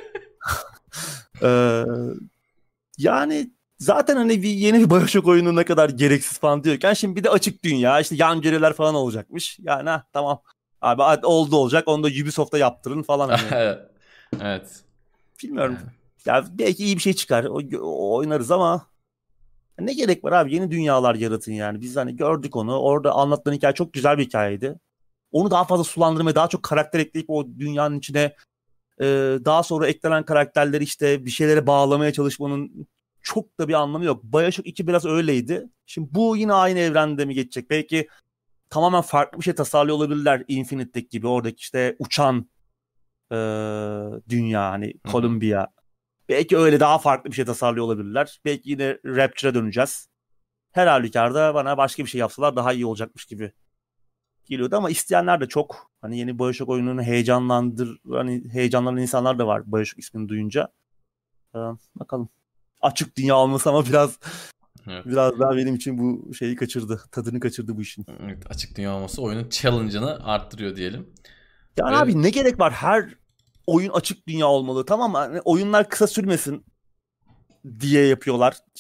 Speaker 2: Ee, yani zaten hani bir yeni bir BioShock oyunu ne kadar gereksiz falan diyorken şimdi bir de açık dünya, işte yan görevler falan olacakmış. Yani ha, tamam abi, hadi oldu olacak, onu da Ubisoft'a yaptırın falan hani.
Speaker 1: Evet.
Speaker 2: Bilmiyorum.
Speaker 1: Yani.
Speaker 2: Ya belki iyi bir şey çıkar. O, o- oynarız ama ne gerek var abi, yeni dünyalar yaratın yani. Biz hani gördük onu. Orada anlatılan hikaye çok güzel bir hikayeydi. Onu daha fazla sulandırmaya, daha çok karakter ekleyip o dünyanın içine e, daha sonra eklenen karakterleri işte bir şeylere bağlamaya çalışmanın çok da bir anlamı yok. BioShock iki biraz öyleydi. Şimdi bu yine aynı evrende mi geçecek? Belki tamamen farklı bir şey tasarlıyor olabilirler. Infinite'deki gibi oradaki işte uçan e, dünya, hani
Speaker 1: Hı hı.
Speaker 2: Columbia. Belki öyle daha farklı bir şey tasarlıyor olabilirler. Belki yine Rapture'a döneceğiz. Her halükarda bana başka bir şey yapsalar daha iyi olacakmış gibi geliyordu ama isteyenler de çok. Hani yeni BioShock oyununu heyecanlandır, hani heyecanlanan insanlar da var BioShock ismini duyunca. Ee, bakalım. Açık dünya olması ama biraz
Speaker 1: Evet.
Speaker 2: biraz daha benim için bu şeyi kaçırdı. Tadını kaçırdı bu işin.
Speaker 1: Evet, açık dünya olması oyunun challenge'ını arttırıyor diyelim.
Speaker 2: Yani
Speaker 1: Ve
Speaker 2: abi ne gerek var? Her oyun açık dünya olmalı. Tamam mı? Hani oyunlar kısa sürmesin diye yapıyorlar. İşte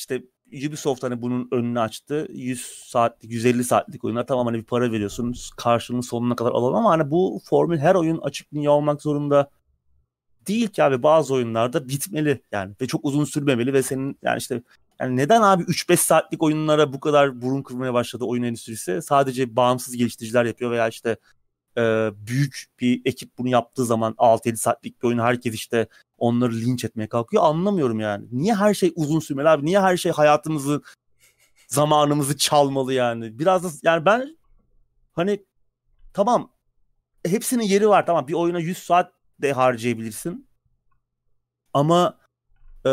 Speaker 2: Ubisoft hani bunun önünü açtı. yüz saatlik, yüz elli saatlik oyunlar tamam hani bir para veriyorsun. Karşılığını sonuna kadar alalım ama hani bu formül her oyun açık dünya olmak zorunda değil ki abi. Bazı oyunlarda bitmeli yani ve çok uzun sürmemeli ve senin yani işte yani neden abi üç beş saatlik oyunlara bu kadar burun kırmaya başladı oyun endüstrisi? Sadece bağımsız geliştiriciler yapıyor veya işte e, büyük bir ekip bunu yaptığı zaman altı yedi saatlik bir oyunu herkes işte onları linç etmeye kalkıyor. Anlamıyorum yani. Niye her şey uzun sürmeli abi? Niye her şey hayatımızı, zamanımızı çalmalı yani? Biraz da yani ben hani tamam hepsinin yeri var. Tamam bir oyuna yüz saat de harcayabilirsin. Ama e,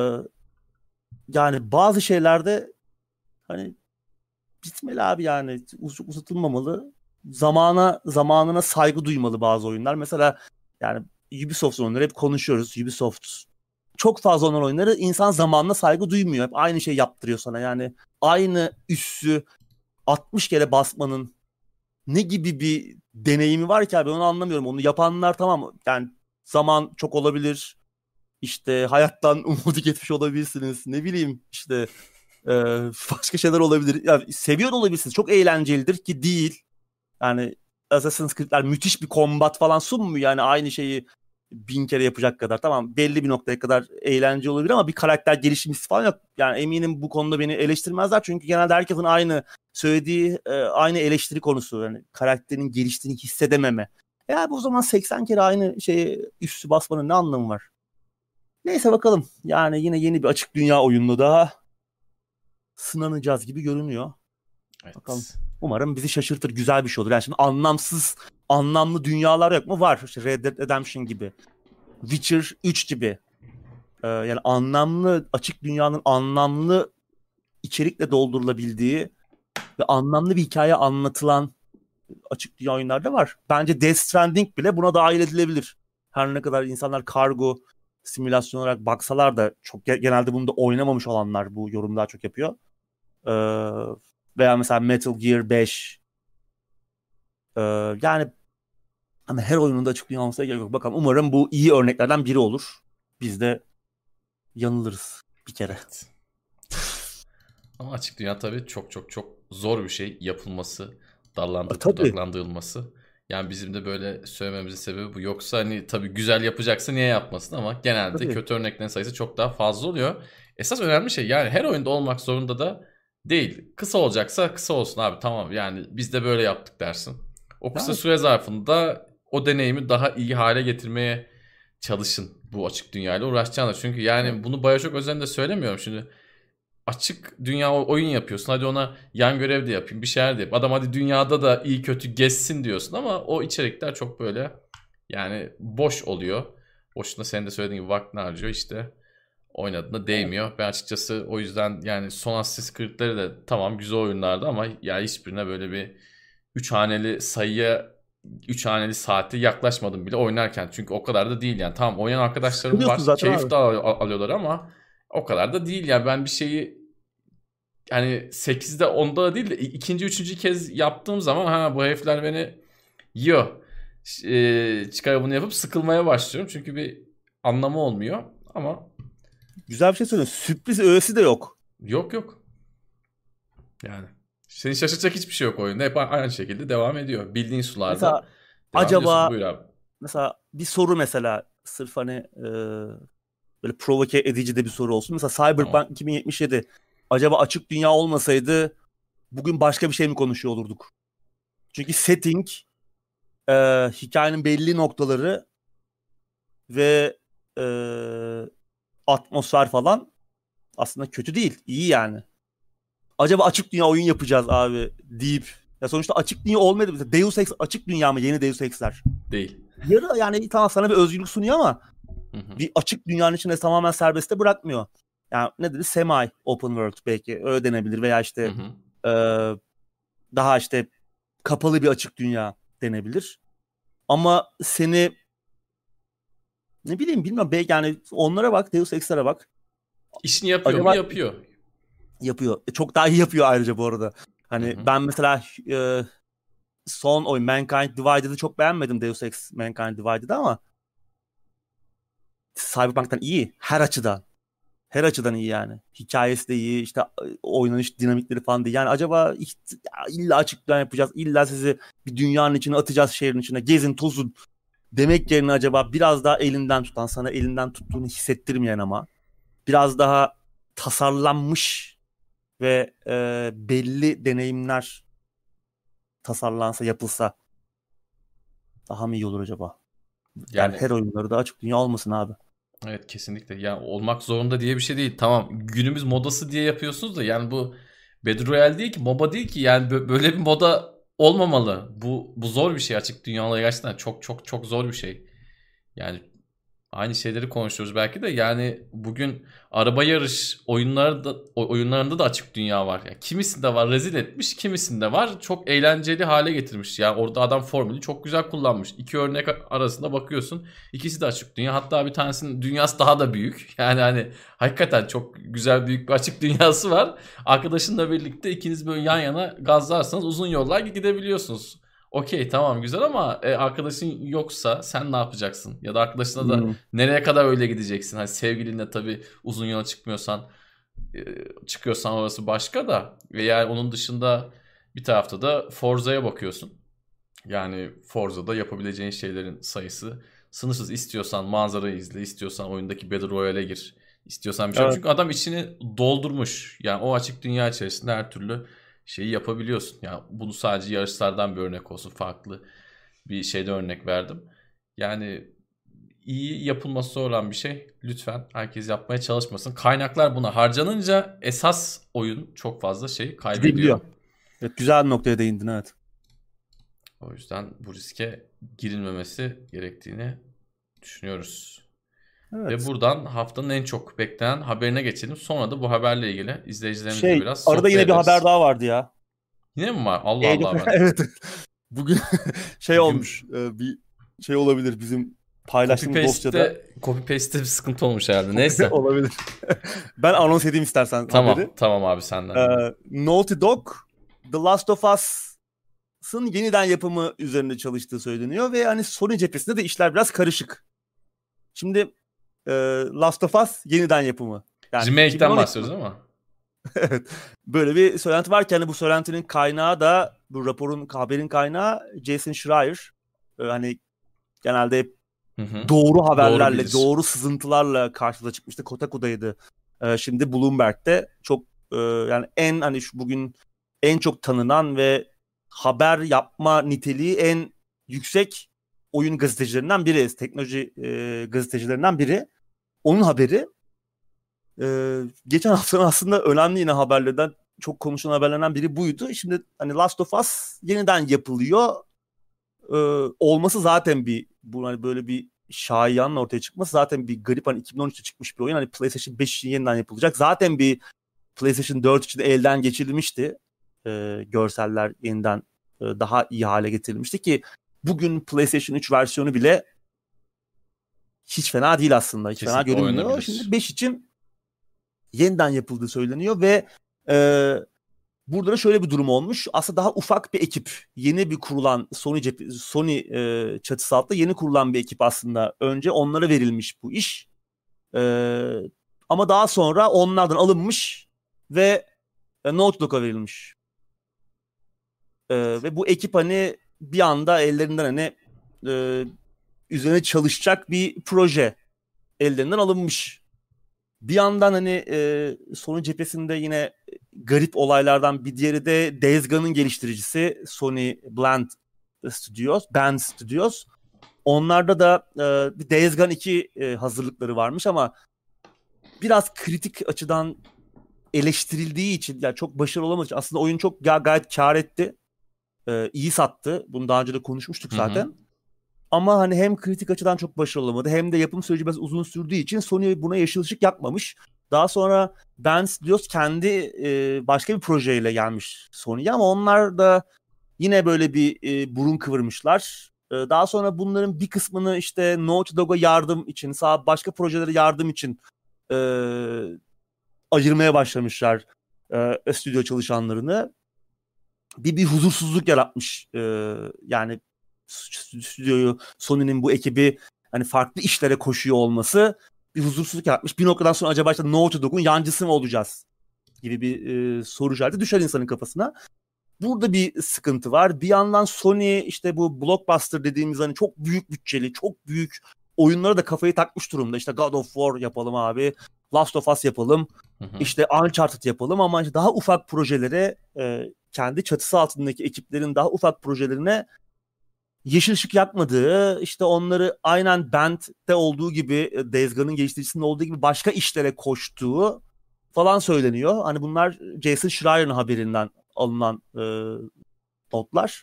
Speaker 2: yani bazı şeylerde hani bitmeli abi yani uz- uzatılmamalı. Zamana zamanına saygı duymalı bazı oyunlar. Mesela yani Ubisoft oyunları hep konuşuyoruz. Ubisoft çok fazla olan oyunları insan zamanına saygı duymuyor. Hep aynı şey yaptırıyor sana. Yani aynı üssü altmış kere basmanın ne gibi bir deneyimi var ki abi onu anlamıyorum. Onu yapanlar tamam yani zaman çok olabilir. İşte hayattan umudu geçmiş olabilirsiniz. Ne bileyim işte e, başka şeyler olabilir. Yani seviyor da olabilirsiniz. Çok eğlencelidir ki değil. Yani Assassin's Creed'ler müthiş bir kombat falan sunmuyor. Yani aynı şeyi bin kere yapacak kadar. Tamam belli bir noktaya kadar eğlence olabilir ama bir karakter gelişimisi falan yok. Yani eminim bu konuda beni eleştirmezler. Çünkü genelde herkesin aynı söylediği e, aynı eleştiri konusu. Yani karakterin geliştiğini hissedememe. Ya bu o zaman seksen kere aynı şeyi üstü basmanın ne anlamı var? Neyse bakalım. Yani yine yeni bir açık dünya oyununu daha sınanacağız gibi görünüyor. Bakalım.
Speaker 1: Evet.
Speaker 2: Umarım bizi şaşırtır. Güzel bir şey olur. Yani şimdi anlamsız, anlamlı dünyalar yok mu? Var. İşte Red Dead Redemption gibi. Witcher üç gibi. Ee, yani anlamlı, açık dünyanın anlamlı içerikle doldurulabildiği ve anlamlı bir hikaye anlatılan açık dünya oyunlarda var. Bence Death Stranding bile buna dahil edilebilir. Her ne kadar insanlar kargo simülasyon olarak baksalar da çok genelde bunu da oynamamış olanlar bu yorum daha çok yapıyor. Ee, veya mesela Metal Gear beş. Ee, yani ama her oyunun da açık dünya olmasına gerek yok. Bakalım umarım bu iyi örneklerden biri olur. Biz de yanılırız bir kere.
Speaker 1: Evet. Ama açık dünya tabii çok çok çok zor bir şey yapılması,
Speaker 2: A,
Speaker 1: dallandırıp
Speaker 2: tabii.
Speaker 1: budaklandırılması. Yani bizim de böyle söylememizin sebebi bu. Yoksa hani tabii güzel yapacaksa niye yapmasın ama genelde
Speaker 2: Tabii.
Speaker 1: kötü örneklerin sayısı çok daha fazla oluyor. Esas önemli şey yani her oyunda olmak zorunda da değil. Kısa olacaksa kısa olsun abi tamam yani biz de böyle yaptık dersin. O kısa
Speaker 2: Yani,
Speaker 1: süre zarfında o deneyimi daha iyi hale getirmeye çalışın bu açık dünyayla uğraşacağına. Çünkü yani bunu BioShock özelinde söylemiyorum şimdi. Açık dünya oyun yapıyorsun. Hadi ona yan görev de yapayım. Bir şeyler de yap. Adam hadi dünyada da iyi kötü gezsin diyorsun ama o içerikler çok böyle yani boş oluyor. Boşuna senin de söylediğin gibi vaktini harcıyor işte. Oynadığında değmiyor. Ben açıkçası o yüzden yani son Assassin's Creed'leri de tamam güzel oyunlardı ama ya hiçbirine böyle bir üç haneli sayıya üç haneli saate yaklaşmadım bile oynarken. Çünkü o kadar da değil yani. Tamam oynayan arkadaşlarım
Speaker 2: sıkılıyorsun
Speaker 1: var.
Speaker 2: zaten
Speaker 1: Keyif
Speaker 2: abi.
Speaker 1: de al- alıyorlar ama o kadar da değil yani. Ben bir şeyi yani sekizde onda da değil de ikinci üçüncü kez yaptığım zaman ha bu herifler beni yiyor. Eee çıkar bunu yapıp sıkılmaya başlıyorum. Çünkü bir anlamı olmuyor. Ama
Speaker 2: Güzel bir şey söylüyorsun. Sürpriz öğesi de yok.
Speaker 1: yok yok. Yani seni şaşırtacak hiçbir şey yok oyunda. Hep aynı şekilde devam ediyor. Bildiğin sularda
Speaker 2: Mesela
Speaker 1: devam ediyorsun.
Speaker 2: acaba
Speaker 1: Buyur abi.
Speaker 2: mesela bir soru mesela sırf hani e, böyle provoke edici de bir soru olsun. Mesela
Speaker 1: Tamam.
Speaker 2: Cyberpunk iki bin yetmiş yedi acaba açık dünya olmasaydı bugün başka bir şey mi konuşuyor olurduk? Çünkü setting, e, hikayenin belli noktaları ve e, atmosfer falan aslında kötü değil. İyi yani. Acaba açık dünya oyun yapacağız abi deyip ya sonuçta açık dünya olmadı. Mesela Deus Ex açık dünya mı? Yeni Deus Ex'ler.
Speaker 1: Değil.
Speaker 2: Yarı yani tamam sana bir özgürlük sunuyor ama
Speaker 1: Hı hı.
Speaker 2: bir açık dünyanın içinde tamamen serbestte bırakmıyor. Yani ne dedi? Semi open world belki öyle denebilir veya
Speaker 1: Hı
Speaker 2: işte
Speaker 1: hı.
Speaker 2: e, daha işte kapalı bir açık dünya denebilir. Ama seni ne bileyim bilmiyorum belki yani onlara bak Deus Ex'lere bak.
Speaker 1: İşini yapıyor mu?
Speaker 2: Acaba
Speaker 1: Yapıyor.
Speaker 2: yapıyor. E, çok daha iyi yapıyor ayrıca bu arada.
Speaker 1: Hı
Speaker 2: Hani
Speaker 1: hı.
Speaker 2: ben mesela e, son oyun Mankind Divided'ı çok beğenmedim Deus Ex Mankind Divided'ı ama Cyberpunk'tan iyi her açıdan. Her açıdan iyi yani. Hikayesi de iyi, işte oynanış dinamikleri falan da iyi. Yani acaba işte, ya illa açık dünya yapacağız, illa sizi bir dünyanın içine atacağız, şehrin içine, gezin tozun demek yerine acaba biraz daha elinden tutan, sana elinden tuttuğunu hissettirmeyen ama biraz daha tasarlanmış ve e, belli deneyimler tasarlansa, yapılsa daha mı iyi olur acaba? Yani, yani her oyunları da açık dünya olmasın abi.
Speaker 1: Evet, kesinlikle. Yani olmak zorunda diye bir şey değil. Tamam, günümüz modası diye yapıyorsunuz da yani bu Battle Royale değil ki, MOBA değil ki. Yani böyle bir moda olmamalı. Bu bu zor bir şey, açık dünyalara gerçekten çok çok çok zor bir şey. Yani aynı şeyleri konuşuyoruz belki de, yani bugün araba yarış oyunlarda oyunlarında da açık dünya var. Yani kimisinde var rezil etmiş, kimisinde var çok eğlenceli hale getirmiş. Yani orada adam formülü çok güzel kullanmış. İki örnek arasında bakıyorsun, ikisi de açık dünya. Hatta bir tanesinin dünyası daha da büyük. Yani hani hakikaten çok güzel, büyük bir açık dünyası var. Arkadaşınla birlikte ikiniz böyle yan yana gazlarsanız uzun yollar gidebiliyorsunuz. Okey, tamam, güzel ama e, arkadaşın yoksa sen ne yapacaksın? Ya da arkadaşına da
Speaker 2: Hmm.
Speaker 1: nereye kadar öyle gideceksin? Hani sevgilinle tabii uzun yola çıkmıyorsan, e, çıkıyorsan orası başka da. Ve yani onun dışında bir tarafta da Forza'ya bakıyorsun. Yani Forza'da yapabileceğin şeylerin sayısı sınırsız. İstiyorsan manzarayı izle, istiyorsan oyundaki Battle Royale'e gir, istiyorsan bir şey yap.
Speaker 2: Evet.
Speaker 1: Çünkü adam içini doldurmuş. Yani o açık dünya içerisinde her türlü şeyi yapabiliyorsun. Yani bunu sadece yarışlardan bir örnek olsun, farklı bir şeyde örnek verdim. Yani iyi yapılması olan bir şey. Lütfen herkes yapmaya çalışmasın. Kaynaklar buna harcanınca esas oyun çok fazla şey kaybediyor.
Speaker 2: Gidebiliyor. Evet, güzel bir noktaya değindin, evet.
Speaker 1: O yüzden bu riske girilmemesi gerektiğini düşünüyoruz.
Speaker 2: Evet.
Speaker 1: Ve buradan haftanın en çok beklenen haberine geçelim. Sonra da bu haberle ilgili izleyicilerimizle
Speaker 2: Şey,
Speaker 1: biraz
Speaker 2: arada
Speaker 1: sohbet
Speaker 2: yine bir
Speaker 1: ederiz.
Speaker 2: haber daha vardı ya.
Speaker 1: Yine mi var? Allah
Speaker 2: Age
Speaker 1: Allah
Speaker 2: of-
Speaker 1: ben.
Speaker 2: Evet. Bugün şey
Speaker 1: Bugün
Speaker 2: olmuş. e, Bir şey olabilir bizim
Speaker 1: copy
Speaker 2: paylaştığımız dosyada.
Speaker 1: paste'te copy paste'te bir sıkıntı olmuş herhalde. Neyse.
Speaker 2: Olabilir. Ben anons edeyim istersen
Speaker 1: Tamam.
Speaker 2: haberi.
Speaker 1: Tamam abi, senden.
Speaker 2: Ee, Naughty Dog The Last of Us'ın yeniden yapımı üzerinde çalıştığı söyleniyor ve hani Sony cephesinde de işler biraz karışık. Şimdi e, Last of Us yeniden yapımı. Yani
Speaker 1: Remake'den
Speaker 2: iki bin on iki
Speaker 1: bahsediyoruz ama.
Speaker 2: Evet. Böyle bir söylenti varken hani bu söylentinin kaynağı da, bu raporun, haberin kaynağı Jason Schreier. Ee, hani genelde hep
Speaker 1: Hı hı.
Speaker 2: doğru haberlerle,
Speaker 1: bilir.
Speaker 2: doğru, sızıntılarla karşımıza çıkmıştı. Kotaku'daydı. Ee, şimdi Bloomberg'de çok e, yani en hani şu bugün en çok tanınan ve haber yapma niteliği en yüksek oyun gazetecilerinden biri. Teknoloji e, gazetecilerinden biri. Onun haberi. Ee, geçen haftanın aslında önemli yine haberlerden, çok konuşulan haberlerden biri buydu. Şimdi hani Last of Us yeniden yapılıyor. Ee, olması zaten bir, bu hani böyle bir şayianın ortaya çıkması zaten bir garip. Hani iki bin on üçte çıkmış bir oyun, hani PlayStation beş için yeniden yapılacak. Zaten bir PlayStation dört için elden geçirilmişti. Ee, görseller yeniden e, daha iyi hale getirilmişti ki bugün PlayStation üç versiyonu bile hiç fena değil aslında. Hiç
Speaker 1: Kesinlikle
Speaker 2: fena görünmüyor.
Speaker 1: oynanabilir.
Speaker 2: Şimdi beş için yeniden yapıldığı söyleniyor ve e, burada da şöyle bir durum olmuş. Aslında daha ufak bir ekip, yeni bir kurulan Sony cep- Sony e, çatısı altında yeni kurulan bir ekip aslında. Önce onlara verilmiş bu iş. E, ama daha sonra onlardan alınmış ve e, Naughty Dog'a verilmiş. E, ve bu ekip hani bir anda ellerinden hani e, üzerine çalışacak bir proje ellerinden alınmış. Bir yandan hani e, Sony cephesinde yine garip olaylardan bir diğeri de Days Gone'ın geliştiricisi Sony Band Studios, Band Studios. Onlarda da e, bir Days Gone iki e, hazırlıkları varmış ama biraz kritik açıdan eleştirildiği için, yani çok başarılı olamadığı için, aslında oyun çok ga- gayet kar etti. E, iyi sattı. Bunu daha önce de konuşmuştuk zaten. Hı hı. Ama hani hem kritik açıdan çok başarılı olamadı, hem de yapım süreci biraz uzun sürdüğü için Sony buna yeşil ışık yakmamış. Daha sonra Ben Studios kendi e, başka bir projeyle gelmiş Sony'ye ama onlar da yine böyle bir e, burun kıvırmışlar. E, daha sonra bunların bir kısmını işte Naughty Dog'a yardım için, sağ başka projelere yardım için e, ayırmaya başlamışlar e, stüdyo çalışanlarını. Bir bir huzursuzluk yaratmış. E, yani stüdyoyu, Sony'nin bu ekibi hani farklı işlere koşuyor olması bir huzursuzluk yaratmış. Bir noktadan sonra acaba işte Naughty Dog'un yancısı mı olacağız gibi bir e, soru işareti düşer insanın kafasına. Burada bir sıkıntı var. Bir yandan Sony işte bu blockbuster dediğimiz hani çok büyük bütçeli, çok büyük oyunlara da kafayı takmış durumda. İşte God of War yapalım abi, Last of Us yapalım,
Speaker 1: Hı hı.
Speaker 2: işte Uncharted yapalım ama işte daha ufak projelere, e, kendi çatısı altındaki ekiplerin daha ufak projelerine yeşil ışık yakmadığı, işte onları aynen Bend'de olduğu gibi, Days Gone'ın geliştiricisinde olduğu gibi başka işlere koştuğu falan söyleniyor. Hani bunlar Jason Schreier'ın haberinden alınan e, notlar.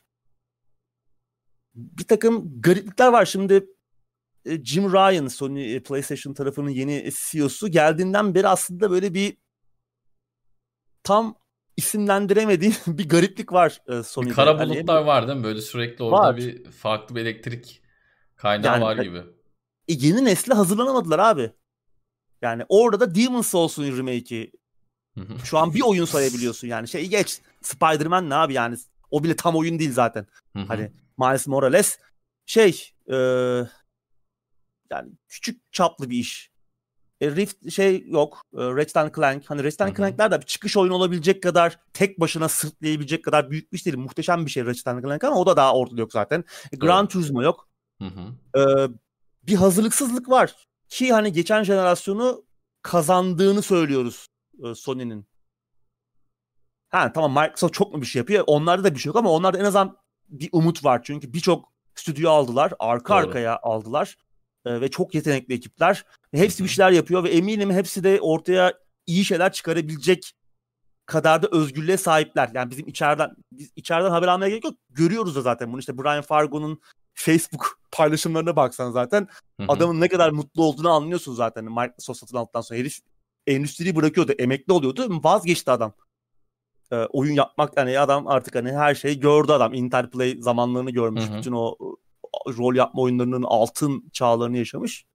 Speaker 2: Bir takım gariplikler var. Şimdi e, Jim Ryan, Sony PlayStation tarafının yeni C E O'su geldiğinden beri aslında böyle bir tam isimlendiremediğim bir gariplik var e, Sony'de.
Speaker 1: Bir kara
Speaker 2: Hani
Speaker 1: bulutlar var değil mi? Böyle sürekli orada
Speaker 2: var.
Speaker 1: bir farklı bir elektrik kaynağı
Speaker 2: Yani
Speaker 1: var gibi.
Speaker 2: e, yeni nesle hazırlanamadılar abi. Yani orada da Demon's Souls'un remake'i.
Speaker 1: Hı hı.
Speaker 2: Şu an bir oyun sayabiliyorsun yani. Şey geç. Spider-Man ne abi yani? O bile tam oyun değil zaten.
Speaker 1: Hı hı.
Speaker 2: Hani Miles Morales şey e, yani küçük çaplı bir iş. E, Rift şey yok. E, Ratchet and Clank. Hani Ratchet and
Speaker 1: Hı hı.
Speaker 2: Clank'ler de bir çıkış oyunu olabilecek kadar, tek başına sırtlayabilecek kadar büyük bir iş değil. Muhteşem bir şey Ratchet and Clank ama o da daha ortada yok zaten. E, Gran
Speaker 1: Doğru.
Speaker 2: Turismo yok.
Speaker 1: Hı hı.
Speaker 2: E, bir hazırlıksızlık var. Ki hani geçen jenerasyonu kazandığını söylüyoruz e, Sony'nin. Ha tamam, Microsoft çok mu bir şey yapıyor? Onlarda da bir şey yok ama onlarda en azından bir umut var. Çünkü birçok stüdyo aldılar. Arka
Speaker 1: Doğru.
Speaker 2: arkaya aldılar. Ee, ve çok yetenekli ekipler. Ve
Speaker 1: Hı
Speaker 2: hepsi
Speaker 1: hı.
Speaker 2: bir şeyler yapıyor ve eminim hepsi de ortaya iyi şeyler çıkarabilecek kadar da özgürlüğe sahipler. Yani bizim içeriden biz içeriden haber almaya gerek yok. Görüyoruz da zaten bunu. İşte Brian Fargo'nun Facebook paylaşımlarına baksan zaten
Speaker 1: Hı hı.
Speaker 2: adamın ne kadar mutlu olduğunu anlıyorsun zaten. Microsoft satın aldıktan sonra herif endüstriyi bırakıyordu, emekli oluyordu. Vazgeçti adam. E, oyun yapmak, hani adam artık hani her şeyi gördü adam. Interplay zamanlarını görmüş.
Speaker 1: Hı hı.
Speaker 2: Bütün o rol yapma oyunlarının altın çağlarını yaşamış.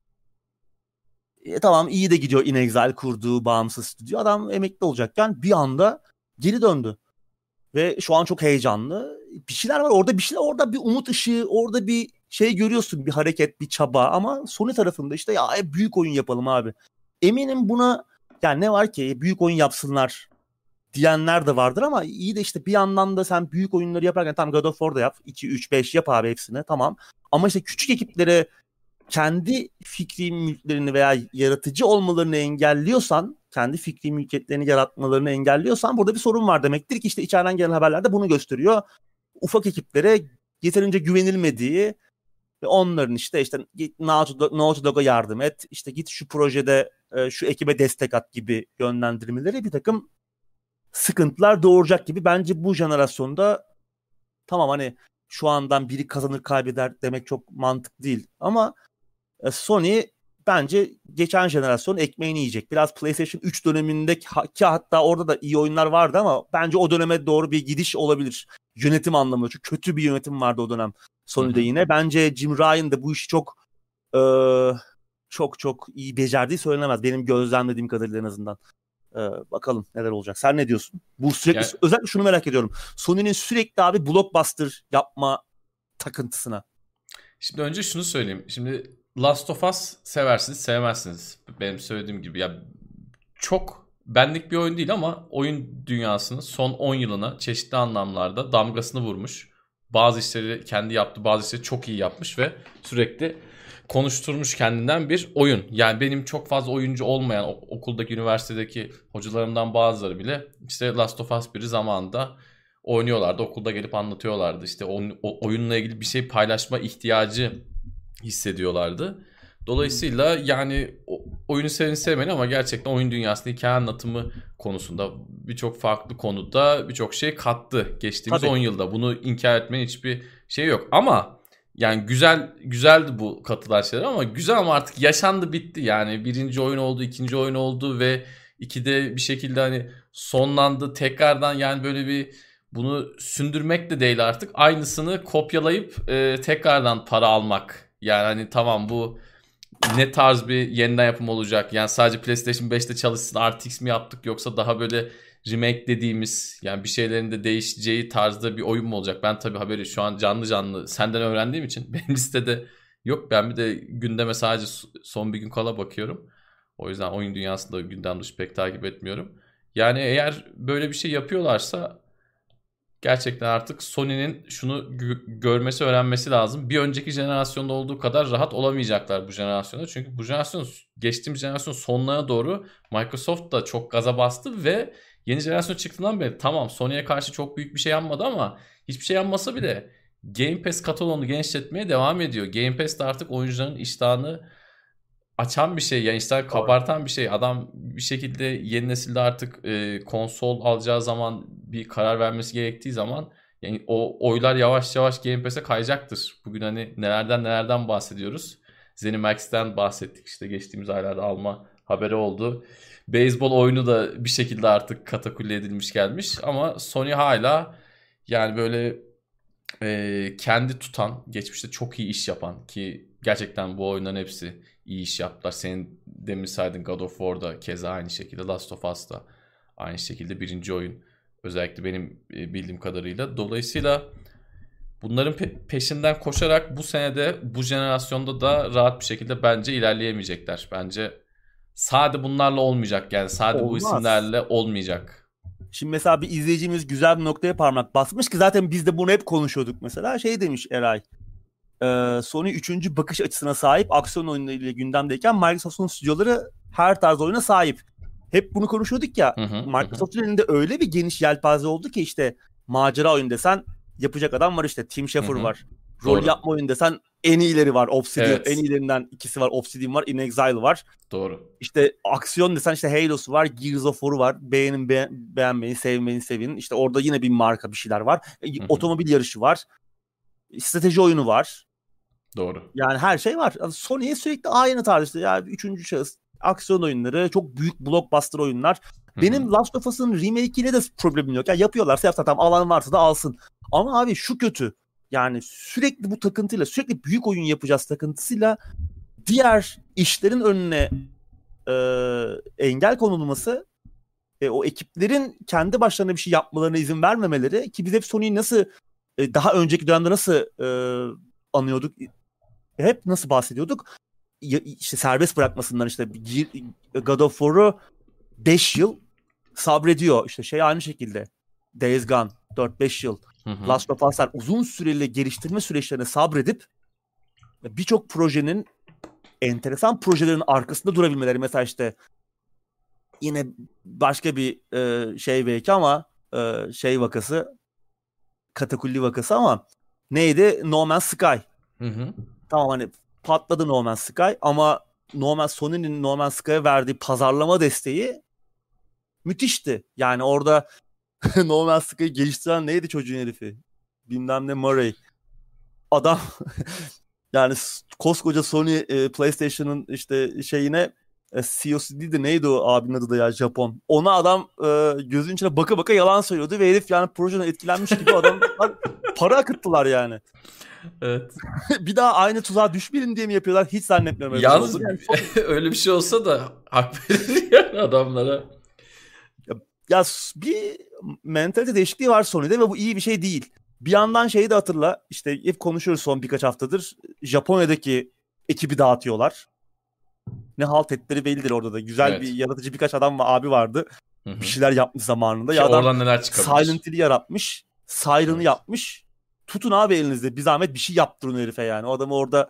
Speaker 2: E, tamam iyi de gidiyor In Exile kurduğu bağımsız stüdyo. Adam emekli olacakken bir anda geri döndü. Ve şu an çok heyecanlı. Bir şeyler var orada, bir şeyler orada, bir umut ışığı, orada bir şey görüyorsun, bir hareket, bir çaba ama Sony tarafında işte ya büyük oyun yapalım abi. Eminim buna yani ne var ki büyük oyun yapsınlar diyenler de vardır ama iyi de işte bir yandan da sen büyük oyunları yaparken tam God of War'da yap. iki, üç, beş yap abi hepsini tamam. Ama işte küçük ekiplere kendi fikri mülklerini veya yaratıcı olmalarını engelliyorsan, kendi fikri mülkiyetlerini yaratmalarını engelliyorsan burada bir sorun var demektir ki işte içeriden gelen haberler de bunu gösteriyor. Ufak ekiplere yeterince güvenilmediği ve onların işte işte git Naughty Dog'a yardım et, işte git şu projede şu ekibe destek at gibi yönlendirmeleri bir takım sıkıntılar doğuracak gibi. Bence bu jenerasyonda tamam hani şu andan biri kazanır kaybeder demek çok mantık değil ama Sony bence geçen jenerasyon ekmeğini yiyecek. Biraz PlayStation üç döneminde ki hatta orada da iyi oyunlar vardı ama bence o döneme doğru bir gidiş olabilir. Yönetim anlamında. Çünkü kötü bir yönetim vardı o dönem Sony'de yine. Bence Jim Ryan da bu işi çok e, çok çok iyi becerdiği söylenemez. Benim gözlemlediğim kadarıyla en azından. Ee, bakalım neler olacak. Sen ne diyorsun? Bu sürekli
Speaker 1: Yani,
Speaker 2: özellikle şunu merak ediyorum. Sony'nin sürekli abi blockbuster yapma takıntısına.
Speaker 1: şimdi önce şunu söyleyeyim. Şimdi Last of Us seversiniz, sevmezsiniz. Benim söylediğim gibi ya çok benlik bir oyun değil ama oyun dünyasının son on yılına çeşitli anlamlarda damgasını vurmuş. Bazı işleri kendi yaptı, bazı işleri çok iyi yapmış ve sürekli konuşturmuş kendinden bir oyun. Yani benim çok fazla oyuncu olmayan okuldaki, üniversitedeki hocalarımdan bazıları bile işte Last of Us biri zamanında oynuyorlardı. Okulda gelip anlatıyorlardı. İşte o, o oyunla ilgili bir şey paylaşma ihtiyacı hissediyorlardı. Dolayısıyla yani o, oyunu sevin sevmeyin ama gerçekten oyun dünyasında hikaye anlatımı konusunda birçok farklı konuda birçok şey kattı geçtiğimiz
Speaker 2: Tabii.
Speaker 1: on yılda. Bunu inkar etmenin hiçbir şey yok. Ama yani güzel güzeldi bu katılan şeyler ama güzel ama artık yaşandı bitti. Yani birinci oyun oldu, ikinci oyun oldu ve ikide bir şekilde hani sonlandı. Tekrardan yani böyle bir bunu sündürmek de değil artık. Aynısını kopyalayıp e, tekrardan para almak. Yani hani tamam bu ne tarz bir yeniden yapım olacak? Yani sadece PlayStation beşte çalışsın R T X mi yaptık yoksa daha böyle remake dediğimiz yani bir şeylerin de değişeceği tarzda bir oyun mu olacak? Ben tabii haberi şu an canlı canlı senden öğrendiğim için benim listede Yok, ben bir de gündeme sadece son bir gün kala bakıyorum. O yüzden oyun dünyasında gündem dışı pek takip etmiyorum. Yani eğer böyle bir şey yapıyorlarsa gerçekten artık Sony'nin şunu gö- görmesi, öğrenmesi lazım. Bir önceki jenerasyonda olduğu kadar rahat olamayacaklar bu jenerasyonda. Çünkü bu jenerasyon, geçtiğimiz jenerasyon sonlarına doğru Microsoft da çok gaza bastı ve yeni jenerasyon çıktığından beri tamam Sony'ye karşı çok büyük bir şey yapmadı ama hiçbir şey yapmasa bile Game Pass kataloğunu genişletmeye devam ediyor. Game Pass de artık oyuncuların iştahını açan bir şey, yani işler kabartan bir şey. Adam bir şekilde yeni nesilde artık e, konsol alacağı zaman, bir karar vermesi gerektiği zaman yani o oylar yavaş yavaş Game Pass'e kayacaktır. Bugün hani nelerden nelerden bahsediyoruz. ZeniMax'ten bahsettik, işte geçtiğimiz aylarda alma haberi oldu. Beyzbol oyunu da bir şekilde artık katakulli edilmiş gelmiş ama Sony hala yani böyle e, kendi tutan, geçmişte çok iyi iş yapan, ki gerçekten bu oyunların hepsi iyi iş yaptılar. Senin demin saydığın God of War'da keza aynı şekilde, Last of Us'ta aynı şekilde birinci oyun. Özellikle benim e, bildiğim kadarıyla. Dolayısıyla bunların pe- peşinden koşarak bu senede, bu jenerasyonda da rahat bir şekilde bence ilerleyemeyecekler. Bence sade bunlarla olmayacak, yani sade bu
Speaker 2: Olmaz.
Speaker 1: isimlerle olmayacak.
Speaker 2: Şimdi mesela bir izleyicimiz güzel bir noktaya parmak basmış ki zaten biz de bunu hep konuşuyorduk mesela. Şey demiş Eray. E, Sony üçüncü bakış açısına sahip, aksiyon oyunlarıyla gündemdeyken Microsoft'un stüdyoları her tarz oyuna sahip. Hep bunu konuşuyorduk ya.
Speaker 1: Hı hı, hı.
Speaker 2: Microsoft'un elinde öyle bir geniş yelpaze oldu ki işte macera oyun desen yapacak adam var işte. Tim
Speaker 1: Hı
Speaker 2: Schafer
Speaker 1: hı.
Speaker 2: var. Rol
Speaker 1: Doğru.
Speaker 2: yapma oyun desen en iyileri var. Obsidian en
Speaker 1: Evet.
Speaker 2: iyilerinden ikisi var. Obsidian var. In Exile var.
Speaker 1: Doğru.
Speaker 2: İşte aksiyon desen işte Halo'su var, Gears of War'u var. Beğenin, be- beğenmeyin, sevmeyin, sevin. İşte orada yine bir marka bir şeyler var. E,
Speaker 1: Hı hı.
Speaker 2: Otomobil yarışı var. Strateji oyunu var.
Speaker 1: Doğru.
Speaker 2: Yani her şey var. Yani Sony'ye sürekli aynı tarz işte. Yani üçüncü şahıs aksiyon oyunları, çok büyük blockbuster oyunlar.
Speaker 1: Hı hı.
Speaker 2: Benim Last of Us'ın remake'iyle de problemim yok. Yani yapıyorlarsa yapsa tamam, alan varsa da alsın. Ama abi şu kötü. Yani sürekli bu takıntıyla, sürekli büyük oyun yapacağız takıntısıyla diğer işlerin önüne e, engel konulması, e, o ekiplerin kendi başlarına bir şey yapmalarına izin vermemeleri, ki biz hep Sony'yi nasıl e, daha önceki dönemde nasıl e, anıyorduk, hep nasıl bahsediyorduk, ya, işte serbest bırakmasından, işte God of War'u beş yıl sabrediyor, işte şey aynı şekilde Days Gone dört beş yıl,
Speaker 1: Hı hı.
Speaker 2: Last of Us'lar uzun süreli geliştirme süreçlerine sabredip birçok projenin, enteresan projelerin arkasında durabilmeleri. Mesela işte yine başka bir e, şey belki ama e, şey vakası, katakulli vakası ama neydi? No Man's Sky.
Speaker 1: Hı hı.
Speaker 2: Tamam, hani patladı No Man's Sky ama No Man's Sony'nin No Man's Sky'a verdiği pazarlama desteği müthişti. Yani orada No Man's Sky'ı geliştiren neydi çocuğun herifi? Bilmem ne Murray. Adam yani koskoca Sony e, PlayStation'ın işte şeyine e, C E O'su değil de neydi o abinin adı da ya, Japon. Ona adam e, gözünün içine baka baka yalan söylüyordu ve herif yani projeden etkilenmiş gibi adamlar para akıttılar yani.
Speaker 1: Evet.
Speaker 2: Bir daha aynı tuzağa düşmeyelim diye mi yapıyorlar? Hiç zannetmiyorum öyle bir şey
Speaker 1: Yalnız
Speaker 2: olduğunu. Yani çok...
Speaker 1: öyle bir şey olsa da hak verilir yani adamlara.
Speaker 2: ya, ya bir mentalite değişikliği var Sony'de ve bu iyi bir şey değil. Bir yandan şeyi de hatırla, işte hep konuşuyoruz son birkaç haftadır. Japonya'daki ekibi dağıtıyorlar. Ne halt ettikleri bellidir orada da. Güzel bir
Speaker 1: Evet.
Speaker 2: yaratıcı birkaç adam ve abi vardı.
Speaker 1: Hı hı.
Speaker 2: Bir şeyler yapmış zamanında.
Speaker 1: Ki
Speaker 2: Ya adam
Speaker 1: oradan neler çıkabilir?
Speaker 2: Silent Hill'i yaratmış. Siren'ı
Speaker 1: Evet.
Speaker 2: yapmış. Tutun abi elinizde. Bir zahmet bir şey yaptırın herife yani. O adamı orada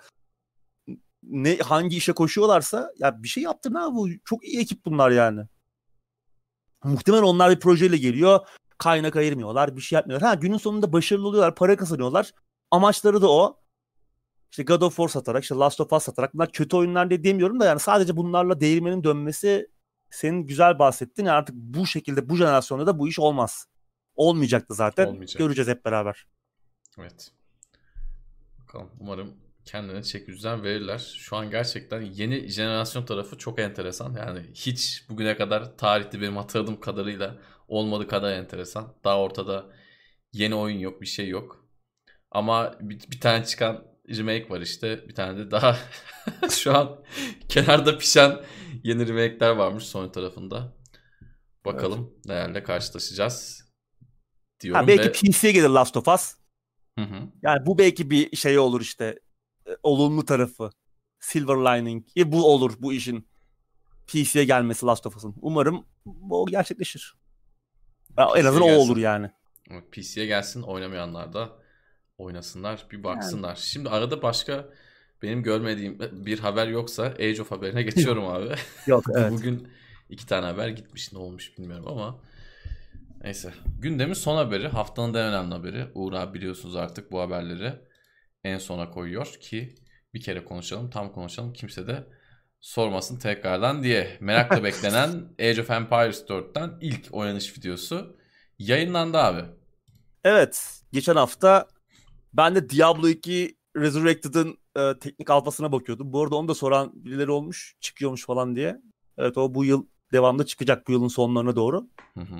Speaker 2: ne hangi işe koşuyorlarsa ya bir şey yaptırın abi. Bu çok iyi ekip bunlar yani. Muhtemelen onlar bir projeyle geliyor. Kaynak ayırmıyorlar. Bir şey yapmıyorlar. Ha, günün sonunda başarılı oluyorlar. Para kazanıyorlar. Amaçları da o. İşte God of War satarak, işte Last of Us satarak. Bunlar kötü oyunlar diye demiyorum da yani sadece bunlarla değirmenin dönmesi, senin güzel bahsettin. Yani artık bu şekilde bu jenerasyonda da bu iş olmaz. Olmayacaktı zaten.
Speaker 1: Olmayacak.
Speaker 2: Göreceğiz hep beraber.
Speaker 1: Evet. Bakalım. Umarım kendine çeki düzen verirler. Şu an gerçekten yeni jenerasyon tarafı çok enteresan. Yani hiç bugüne kadar tarihte benim hatırladığım kadarıyla olmadığı kadar enteresan. Daha ortada yeni oyun yok, bir şey yok. Ama bir, bir tane çıkan remake var işte. Bir tane de daha şu an kenarda pişen yeni remake'ler varmış Sony tarafında.
Speaker 2: Evet.
Speaker 1: Bakalım nelerle karşılaşacağız
Speaker 2: Ha,
Speaker 1: diyorum
Speaker 2: belki
Speaker 1: ve
Speaker 2: P C'ye gelir Last of Us.
Speaker 1: hı hı.
Speaker 2: Yani bu belki bir şey olur işte. e, olumlu tarafı. Silver lining. E, bu olur bu işin. P C'ye gelmesi Last of Us'ın. Umarım bu gerçekleşir. Ya, en azından o olur yani.
Speaker 1: P C'ye gelsin, oynamayanlar da oynasınlar, bir baksınlar. Yani. Şimdi arada başka benim görmediğim bir haber yoksa Age of haberine geçiyorum abi.
Speaker 2: Yok evet.
Speaker 1: Bugün iki tane haber gitmiş, ne olmuş bilmiyorum ama neyse. Gündemin son haberi, haftanın en önemli haberi. Uğur abi biliyorsunuz artık bu haberleri en sona koyuyor ki bir kere konuşalım, tam konuşalım, kimse de sormasın tekrardan diye. Merakla beklenen Age of Empires dörtten ilk oynanış videosu yayınlandı abi.
Speaker 2: Evet, geçen hafta ben de Diablo iki Resurrected'ın e, teknik alfasına bakıyordum. Bu arada onu da soran birileri olmuş, çıkıyormuş falan diye. Evet, o bu yıl devamlı çıkacak, bu yılın sonlarına doğru.
Speaker 1: Hı hı.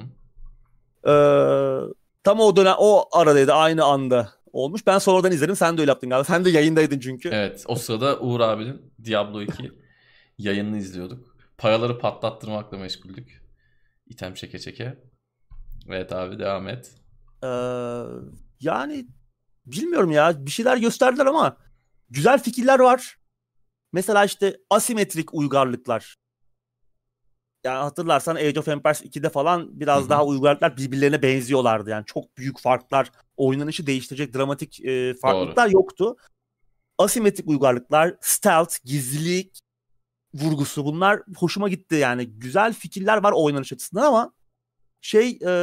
Speaker 2: Ee, tam o dönem, o aradaydı, aynı anda olmuş. Ben sonradan izledim, sen de öyle yaptın galiba. Sen de yayındaydın çünkü.
Speaker 1: Evet, o sırada Uğur abinin Diablo iki yayınını izliyorduk. Paraları patlattırmakla meşguldük. İtem çeke çeke. Evet abi, devam et.
Speaker 2: Ee, yani bilmiyorum ya, bir şeyler gösterdiler ama güzel fikirler var. Mesela işte asimetrik uygarlıklar. Yani hatırlarsan Age of Empires ikide falan biraz hı hı. daha uygarlıklar birbirlerine benziyorlardı. Yani çok büyük farklar, oynanışı değiştirecek dramatik e, farklılıklar Doğru. yoktu. Asimetrik uygarlıklar, stealth, gizlilik vurgusu, bunlar hoşuma gitti. Yani güzel fikirler var oynanış açısından ama şey e,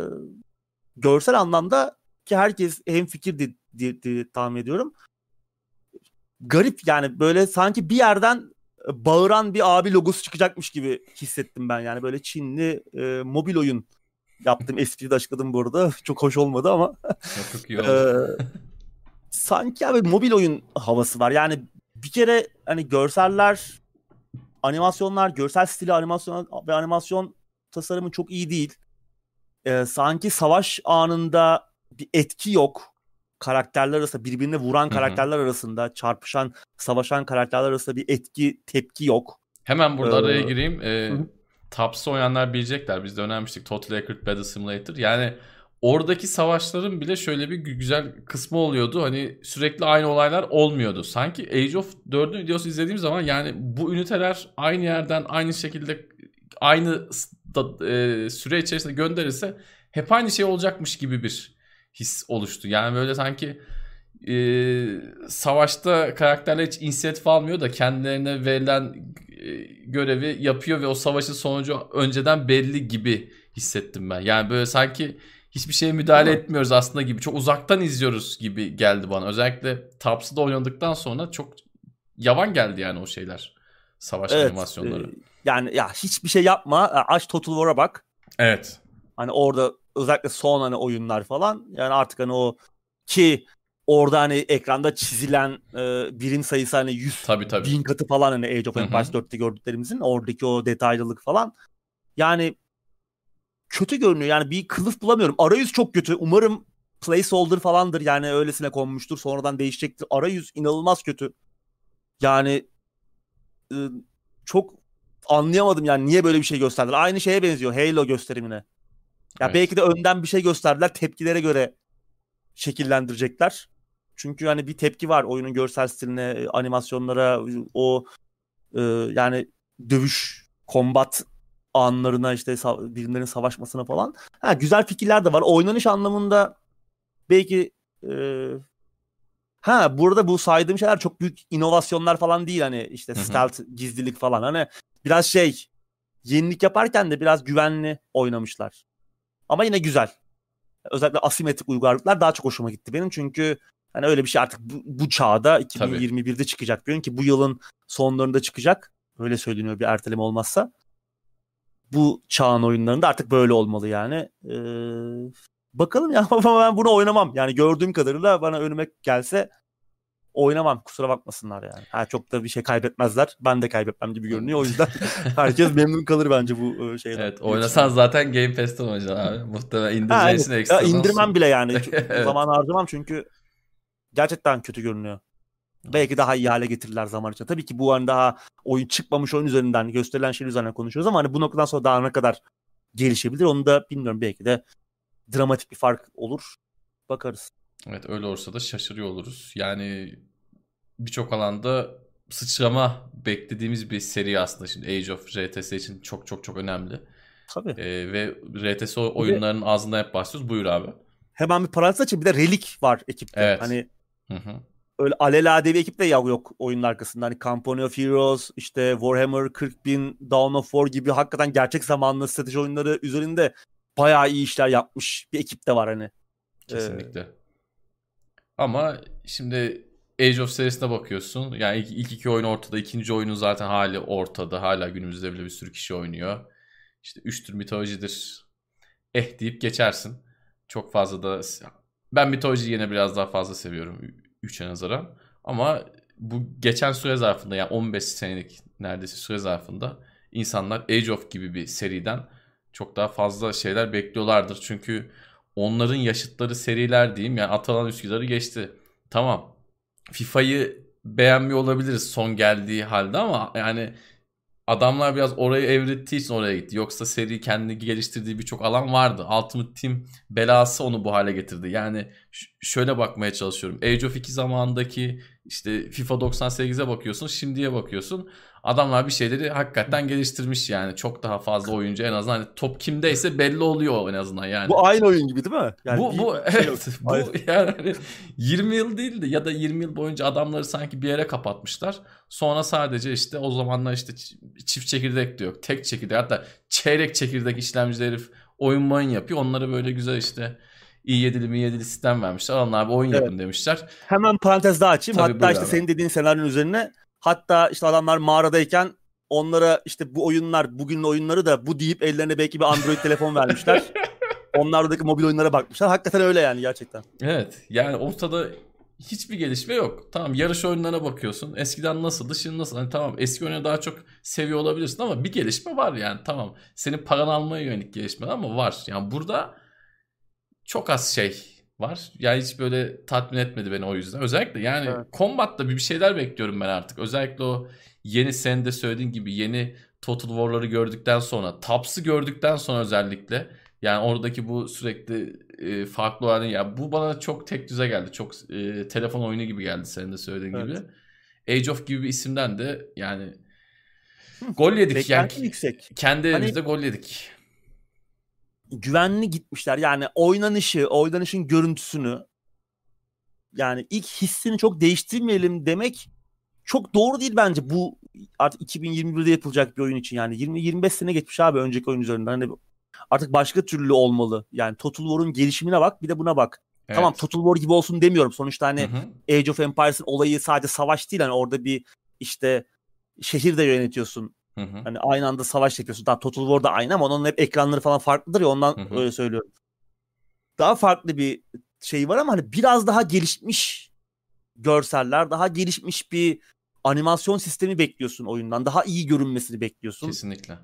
Speaker 2: görsel anlamda ki herkes hemfikir diye, diye, diye tahmin ediyorum. Garip yani, böyle sanki bir yerden bağıran bir abi logosu çıkacakmış gibi hissettim ben. Yani böyle Çinli e, mobil oyun yaptım. Espriyi de açıkladım bu arada. Çok hoş olmadı ama.
Speaker 1: Çok iyi oldu.
Speaker 2: e, sanki abi mobil oyun havası var. Yani bir kere hani görseller, animasyonlar, görsel stili, animasyon ve animasyon tasarımı çok iyi değil. E, sanki savaş anında bir etki yok. Karakterler arasında, birbirine vuran karakterler hı hı. arasında, çarpışan, savaşan karakterler arasında bir etki, tepki yok.
Speaker 1: Hemen burada ee, araya gireyim. Ee, Taps'ı oynayanlar bilecekler. Biz de önermiştik. Total Accurate Battle Simulator. Yani oradaki savaşların bile şöyle bir güzel kısmı oluyordu. Hani sürekli aynı olaylar olmuyordu. Sanki Age of dördün videosu izlediğim zaman yani bu üniteler aynı yerden aynı şekilde aynı da, e, süre içerisinde gönderilse hep aynı şey olacakmış gibi bir his oluştu. Yani böyle sanki e, savaşta karakterler hiç inisiyatif almıyor da kendilerine verilen e, görevi yapıyor ve o savaşın sonucu önceden belli gibi hissettim ben. Yani böyle sanki hiçbir şeye müdahale Ama... etmiyoruz aslında gibi. Çok uzaktan izliyoruz gibi geldi bana. Özellikle Taps'da oynadıktan sonra çok yavan geldi yani o şeyler. Savaş evet, animasyonları. E,
Speaker 2: yani ya hiçbir şey yapma. Aç Total War'a bak.
Speaker 1: Evet.
Speaker 2: Hani orada özellikle son hani oyunlar falan, yani artık hani o ki orada hani ekranda çizilen e, birim sayısı hani yüz
Speaker 1: tabii, tabii.
Speaker 2: bin katı falan, hani Age of Empires dörtte gördüklerimizin oradaki o detaylılık falan. Yani kötü görünüyor. Yani bir kılıf bulamıyorum. Arayüz çok kötü. Umarım placeholder falandır. Yani öylesine konmuştur. Sonradan değişecektir. Arayüz inanılmaz kötü. Yani e, çok anlayamadım yani niye böyle bir şey gösterdiler. Aynı şeye benziyor Halo gösterimine. Ya evet. Belki de önden bir şey gösterdiler. Tepkilere göre şekillendirecekler. Çünkü hani bir tepki var oyunun görsel stiline, animasyonlara, o e, yani dövüş, kombat anlarına, işte birimlerin savaşmasına falan. Ha, güzel fikirler de var. Oynanış anlamında belki e, ha burada bu saydığım şeyler çok büyük inovasyonlar falan değil, hani işte hı hı. stealth, gizlilik falan. Hani biraz şey, yenilik yaparken de biraz güvenli oynamışlar. Ama yine güzel. Özellikle asimetrik uygarlıklar daha çok hoşuma gitti benim. Çünkü hani öyle bir şey artık bu, bu çağda iki bin yirmi birde Tabii. çıkacak. Diyorum ki bu yılın sonlarında çıkacak. Öyle söyleniyor, bir erteleme olmazsa. Bu çağın oyunlarında artık böyle olmalı yani. Ee, bakalım ya, ama ben bunu oynamam. Yani gördüğüm kadarıyla bana önüme gelse oynamam. Kusura bakmasınlar yani. Ha, çok da bir şey kaybetmezler. Ben de kaybetmem gibi görünüyor. O yüzden herkes memnun kalır bence bu şeyden.
Speaker 1: Evet, oynasan zaten Game Pass'ten oynayacaksın abi. Muhtemelen indireceksin
Speaker 2: yani,
Speaker 1: ekstradan.
Speaker 2: Ya indirmem bile yani. evet. Zaman harcamam çünkü gerçekten kötü görünüyor. Evet. Belki daha iyi hale getirirler zaman içinde. Tabii ki bu an daha oyun çıkmamış oyun üzerinden, gösterilen şey üzerinden konuşuyoruz ama hani bu noktadan sonra daha ne kadar gelişebilir onu da bilmiyorum. Belki de dramatik bir fark olur. Bakarız.
Speaker 1: Evet, öyle olursa da şaşırıyor oluruz. Yani birçok alanda sıçrama beklediğimiz bir seri aslında. Şimdi Age of R T S için çok çok çok önemli.
Speaker 2: Tabii.
Speaker 1: Ee, ve R T S oyunlarının de, ağzından hep bahsediyoruz. Buyur abi.
Speaker 2: Hemen bir parantez açayım. Bir de Relic var ekipte.
Speaker 1: Evet.
Speaker 2: Hani
Speaker 1: hı hı.
Speaker 2: öyle alelade bir ekip de yok oyunun arkasında. Hani Company of Heroes, işte Warhammer kırk bin, Dawn of War gibi hakikaten gerçek zamanlı strateji oyunları üzerinde bayağı iyi işler yapmış bir ekip de var hani.
Speaker 1: Kesinlikle. Ee... Ama şimdi Age of serisine bakıyorsun. Yani ilk, ilk iki oyun ortada. İkinci oyunun zaten hali ortada. Hala günümüzde bile bir sürü kişi oynuyor. İşte üçtür mitolojidir. Eh deyip geçersin. Çok fazla da... Ben mitolojiyi yine biraz daha fazla seviyorum. üçe nazaran. Ama bu geçen süre zarfında, yani on beş senelik neredeyse süre zarfında insanlar Age of gibi bir seriden çok daha fazla şeyler bekliyorlardır. Çünkü onların yaşıtları seriler diyeyim, yani Atalan Üsküdar'ı geçti. Tamam. FIFA'yı beğenmiyor olabiliriz son geldiği halde ama yani adamlar biraz orayı evrittiği için oraya gitti. Yoksa seri kendi geliştirdiği birçok alan vardı. Ultimate Team belası onu bu hale getirdi. Yani ş- şöyle bakmaya çalışıyorum. Age of iki zamanındaki işte FIFA doksan sekize bakıyorsun, şimdiye bakıyorsun. Adamlar bir şeyleri hakikaten geliştirmiş yani. Çok daha fazla oyuncu, en azından hani top kimdeyse belli oluyor en azından yani.
Speaker 2: Bu aynı oyun gibi değil mi? Yani
Speaker 1: bu bu
Speaker 2: şey
Speaker 1: evet. Bu yani hani yirmi yıl değildi ya da yirmi yıl boyunca adamları sanki bir yere kapatmışlar. Sonra sadece işte o zamanlar işte çift çekirdek de yok. Tek çekirdek, hatta çeyrek çekirdek işlemcileri herif oyun oyun yapıyor. Onlara böyle güzel işte i yedili mi yedili sistem vermişler. Onlar bir oyun
Speaker 2: evet.
Speaker 1: yapın demişler.
Speaker 2: Hemen parantez daha açayım.
Speaker 1: Tabii,
Speaker 2: hatta işte
Speaker 1: abi.
Speaker 2: senin dediğin senaryonun üzerine, hatta işte adamlar mağaradayken onlara işte bu oyunlar, bugünün oyunları da bu deyip ellerine belki bir Android telefon vermişler. Onlardaki mobil oyunlara bakmışlar. Hakikaten öyle yani, gerçekten.
Speaker 1: Evet. Yani ortada hiçbir gelişme yok. Tamam, yarış oyunlarına bakıyorsun. Eskiden nasıldı, şimdi nasıl? Hani tamam, eski oyunu daha çok seviyor olabilirsin ama bir gelişme var yani. Tamam, senin paranı almaya yönelik gelişme ama var. Yani burada çok az şey var. Yani hiç böyle tatmin etmedi beni o yüzden. Özellikle yani evet. Combat'ta bir şeyler bekliyorum ben artık. Özellikle o yeni, senin de söylediğin gibi yeni Total War'ları gördükten sonra, Taps'ı gördükten sonra özellikle, yani oradaki bu sürekli e, farklı olan, ya bu bana çok tek düze geldi. Çok e, telefon oyunu gibi geldi senin de söylediğin evet. gibi. Age of gibi bir isimden de yani gol yedik.
Speaker 2: Beklenti
Speaker 1: yani
Speaker 2: yüksek.
Speaker 1: Kendi evimizde
Speaker 2: hani,
Speaker 1: gol yedik.
Speaker 2: Güvenli gitmişler. Yani oynanışı, oynanışın görüntüsünü, yani ilk hissini çok değiştirmeyelim demek çok doğru değil bence. Bu artık iki bin yirmi birde yapılacak bir oyun için yani. yirmi yirmi beş sene geçmiş abi önceki oyun üzerinden. Hani artık başka türlü olmalı. Yani Total War'un gelişimine bak, bir de buna bak. Evet. Tamam, Total War gibi olsun demiyorum. Sonuçta hani hı hı. Age of Empires'ın olayı sadece savaş değil. Hani orada bir işte şehir de yönetiyorsun. Hı hı. Hani aynı anda savaş yapıyorsun. Daha Total War da aynı ama onun hep ekranları falan farklıdır ya, ondan hı hı. öyle söylüyorum. Daha farklı bir şey var ama hani biraz daha gelişmiş görseller, daha gelişmiş bir animasyon sistemi bekliyorsun oyundan. Daha iyi görünmesini bekliyorsun.
Speaker 1: Kesinlikle.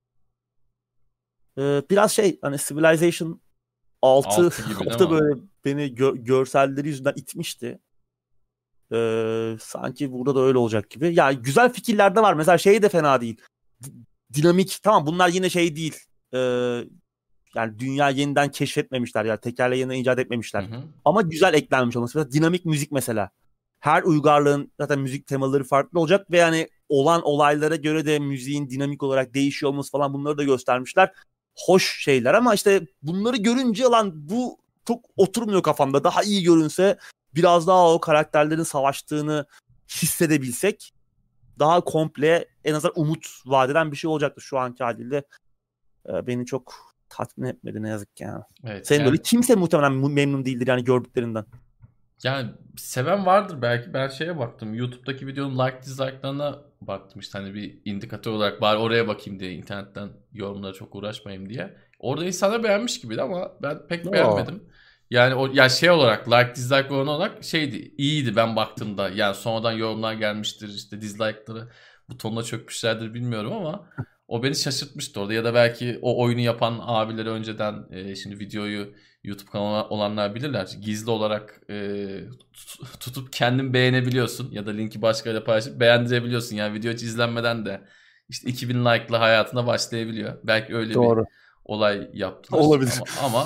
Speaker 2: Ee, biraz şey hani Civilization altı da böyle beni gö- görselleri yüzünden itmişti. Ee, sanki burada da öyle olacak gibi. Yani güzel fikirler de var. Mesela şey de fena değil. D- dinamik, tamam bunlar yine şey değil. Ee, yani dünya yeniden keşfetmemişler. Yani tekerleği yeniden icat etmemişler. Hı hı. Ama güzel eklenmiş olması. Mesela dinamik müzik mesela. Her uygarlığın zaten müzik temaları farklı olacak ve yani olan olaylara göre de müziğin dinamik olarak değişiyor olması falan, bunları da göstermişler. Hoş şeyler ama işte bunları görünce lan bu çok oturmuyor kafamda. Daha iyi görünse, biraz daha o karakterlerin savaştığını hissedebilsek, daha komple, en azından umut vadeden bir şey olacaktı. Şu anki haliyle e, beni çok tatmin etmedi ne yazık ki yani. Evet, senin yani, öyle kimse muhtemelen memnun değildir yani gördüklerinden.
Speaker 1: Yani seven vardır belki. Ben şeye baktım. YouTube'daki videonun like dislike'larına baktım işte, hani bir indikatör olarak bari oraya bakayım diye, internetten yorumlara çok uğraşmayayım diye. Orada insanlar beğenmiş gibiydi ama ben pek Oo. beğenmedim. Yani o ya şey olarak, like dislike oranı olarak şeydi, iyiydi ben baktığımda. Yani sonradan yorumlar gelmiştir, işte dislike'ları butonuna çökmüşlerdir bilmiyorum ama o beni şaşırtmıştı orada. Ya da belki o oyunu yapan abileri önceden e, şimdi videoyu YouTube kanalı olanlar bilirler. Gizli olarak e, tutup kendin beğenebiliyorsun ya da linki başkalarıyla paylaşıp beğendirebiliyorsun. Yani video hiç izlenmeden de işte iki bin like'la hayatına başlayabiliyor. Belki öyle Doğru. bir olay yaptılar.
Speaker 2: Olabilir.
Speaker 1: Ama, ama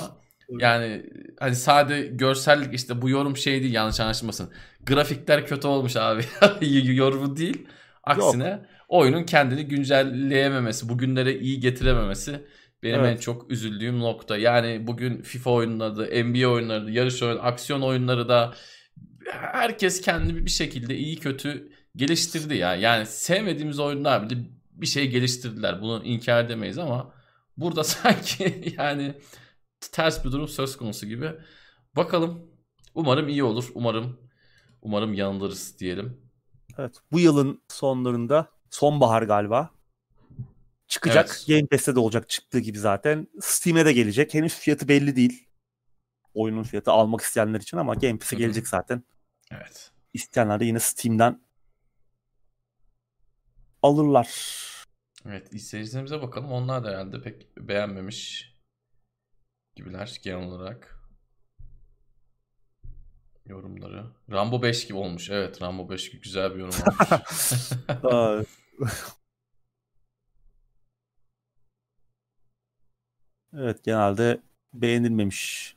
Speaker 1: Yani hani sade görsellik işte bu yorum şey değil yanlış anlaşılmasın. Grafikler kötü olmuş abi. Yorumu değil.
Speaker 2: Yok.
Speaker 1: Aksine oyunun kendini güncelleyememesi, bugünlere iyi getirememesi benim en
Speaker 2: Evet.
Speaker 1: çok üzüldüğüm nokta. Yani bugün FIFA oyunları da, N B A oyunları da, yarış oyunları, aksiyon oyunları da herkes kendini bir şekilde iyi kötü geliştirdi ya. Yani sevmediğimiz oyunlar bile bir şey geliştirdiler. Bunu inkar edemeyiz ama burada sanki yani ters bir durum söz konusu gibi. Bakalım. Umarım iyi olur. Umarım umarım yanılırız diyelim.
Speaker 2: Evet. Bu yılın sonlarında sonbahar galiba çıkacak.
Speaker 1: Evet.
Speaker 2: Game Pass'te de olacak çıktığı gibi zaten. Steam'e de gelecek. Henüz fiyatı belli değil. Oyunun fiyatı almak isteyenler için ama Game Pass'e
Speaker 1: Hı hı.
Speaker 2: gelecek zaten.
Speaker 1: Evet.
Speaker 2: İsteyenler de yine Steam'den alırlar.
Speaker 1: Evet. İzleyicilerimize bakalım. Onlar da herhalde pek beğenmemiş gibiler genel olarak yorumları. Rambo beş gibi olmuş. Evet. Rambo beş gibi güzel bir yorum olmuş.
Speaker 2: Aa, evet genelde beğenilmemiş.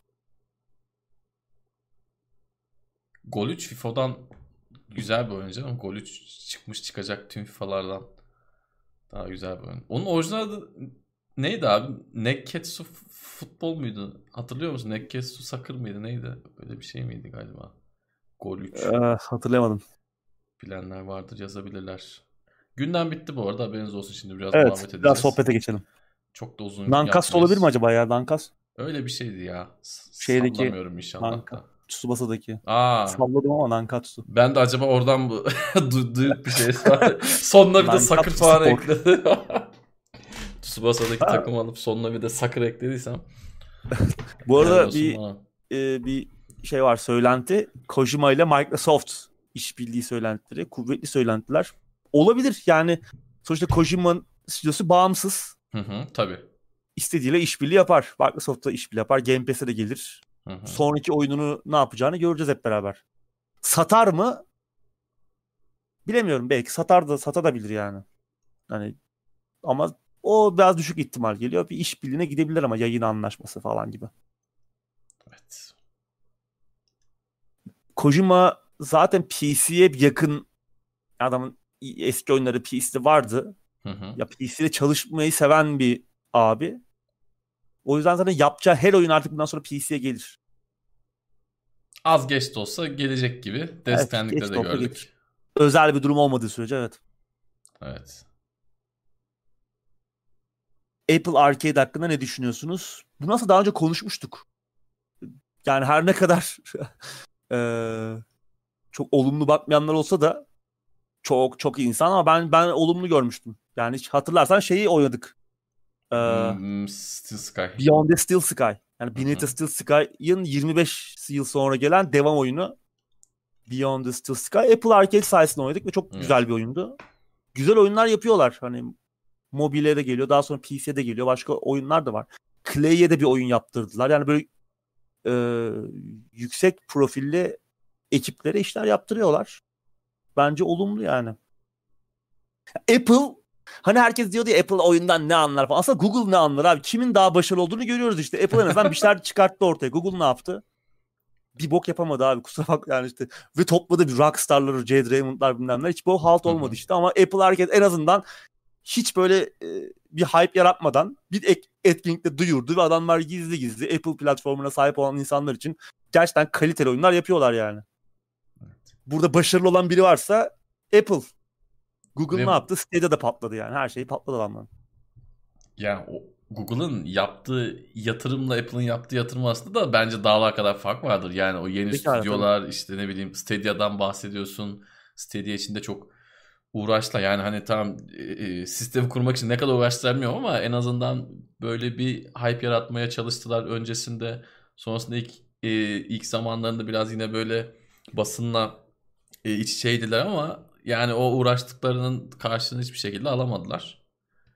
Speaker 1: Gol üç FIFA'dan güzel bir oyun canım. Gol üç çıkmış çıkacak tüm FIFA'lardan daha güzel bir oyun. Onun orijinal adı neydi abi? Nekketsu F- futbol muydu? Hatırlıyor musun? Nekketsu Soccer mıydı? Neydi? Öyle bir şey miydi galiba? Gol üç.
Speaker 2: Ee, hatırlayamadım.
Speaker 1: Bilenler vardır yazabilirler. Gündem bitti bu arada haberiniz olsun. Şimdi biraz
Speaker 2: Evet,
Speaker 1: muhabbet
Speaker 2: biraz
Speaker 1: edeceğiz.
Speaker 2: sohbete geçelim.
Speaker 1: Çok da uzun
Speaker 2: Nankatsu olabilir mi
Speaker 1: yapmayız.
Speaker 2: acaba ya? Nankatsu.
Speaker 1: Öyle bir şeydi ya. S-
Speaker 2: Şeydeki
Speaker 1: Sallamıyorum inşallah
Speaker 2: Nanka.
Speaker 1: da.
Speaker 2: Tsubasa'daki.
Speaker 1: Aa,
Speaker 2: Salladım ama Nankatsu.
Speaker 1: ben de acaba oradan mı du- duyup bir şey var. Sonuna bir de Sakır
Speaker 2: Nankatsu
Speaker 1: falan
Speaker 2: Spor.
Speaker 1: ekledi. Tsubasa'daki
Speaker 2: Ha,
Speaker 1: takımı alıp sonuna bir de Sakır eklediysem
Speaker 2: bu
Speaker 1: helal
Speaker 2: arada
Speaker 1: olsun
Speaker 2: bir
Speaker 1: bana.
Speaker 2: e, bir şey var söylenti. Kojima ile Microsoft işbirliği söylentileri, kuvvetli söylentiler. Olabilir yani sonuçta Kojima'nın stüdyosu bağımsız.
Speaker 1: Hı hı, tabii.
Speaker 2: İstediğiyle işbirliği yapar. Microsoft'ta işbirliği yapar. Game Pass'e de gelir.
Speaker 1: Hı hı.
Speaker 2: Sonraki oyununu ne yapacağını göreceğiz hep beraber. Satar mı? Bilemiyorum. Belki satar da satabilir yani. Hani ama o biraz düşük ihtimal geliyor. Bir işbirliğine gidebilir ama yayın anlaşması falan gibi.
Speaker 1: Evet.
Speaker 2: Kojima zaten P C'ye yakın adamın eski oyunları P C'de vardı.
Speaker 1: Hı hı.
Speaker 2: Ya P C'de çalışmayı seven bir abi. O yüzden zaten yapacağı her oyun artık bundan sonra P C'ye gelir.
Speaker 1: Az geç de olsa gelecek gibi. Death
Speaker 2: Evet,
Speaker 1: Stranding'de
Speaker 2: geç
Speaker 1: de
Speaker 2: de olsa gelir.
Speaker 1: gördük.
Speaker 2: Özel bir durum olmadığı sürece evet.
Speaker 1: Evet.
Speaker 2: Apple Arcade hakkında ne düşünüyorsunuz? Bu nasıl daha önce konuşmuştuk. Yani her ne kadar eee, çok olumlu bakmayanlar olsa da çok çok iyi insan ama ben ben olumlu görmüştüm. Yani hiç hatırlarsan şeyi oynadık. Eee
Speaker 1: Hmm, Still Sky.
Speaker 2: Beyond the Steel Sky. Yani
Speaker 1: Hı
Speaker 2: Beneath the
Speaker 1: hı.
Speaker 2: Steel Sky'ın yirmi beş yıl sonra gelen devam oyunu Beyond the Steel Sky. Apple Arcade sayesinde oynadık ve çok
Speaker 1: Evet.
Speaker 2: güzel bir oyundu. Güzel oyunlar yapıyorlar. Hani mobile de geliyor. Daha sonra P C'ye de geliyor. Başka oyunlar da var. Clay'e de bir oyun yaptırdılar. Yani böyle e, yüksek profilli ekiplere işler yaptırıyorlar. Bence olumlu yani. Apple hani herkes diyordu ya Apple oyundan ne anlar falan. Aslında Google ne anlar abi? Kimin daha başarılı olduğunu görüyoruz işte. Apple en azından bir şeyler çıkarttı ortaya. Google ne yaptı? Bir bok yapamadı abi. Kusura bak yani işte. Ve topladı bir Rockstar'ları, Jade Raymond'lar bilmem ne. Hiç bu halt
Speaker 1: Hı
Speaker 2: olmadı
Speaker 1: hı.
Speaker 2: işte. Ama Apple hareket en azından hiç böyle e, bir hype yaratmadan bir ek, etkinlikte duyurdu ve adamlar gizli gizli Apple platformuna sahip olan insanlar için gerçekten kaliteli oyunlar yapıyorlar yani. Burada başarılı olan biri varsa Apple. Google ne
Speaker 1: Ve
Speaker 2: yaptı? Stadia'da patladı yani. Her şey patladı adamların.
Speaker 1: yani o Google'ın yaptığı yatırımla Apple'ın yaptığı yatırım arasında da bence dağlar kadar fark vardır. Yani o yeni
Speaker 2: Pekala tabii.
Speaker 1: stüdyolar işte ne bileyim Stadia'dan bahsediyorsun. Stadia içinde çok uğraşla yani hani tamam e, e, sistemi kurmak için ne kadar uğraştılar bilmiyorum ama en azından böyle bir hype yaratmaya çalıştılar öncesinde. Sonrasında ilk e, ilk zamanlarında biraz yine böyle basınla e, iç içeydiler ama yani o uğraştıklarının karşılığını hiçbir şekilde alamadılar.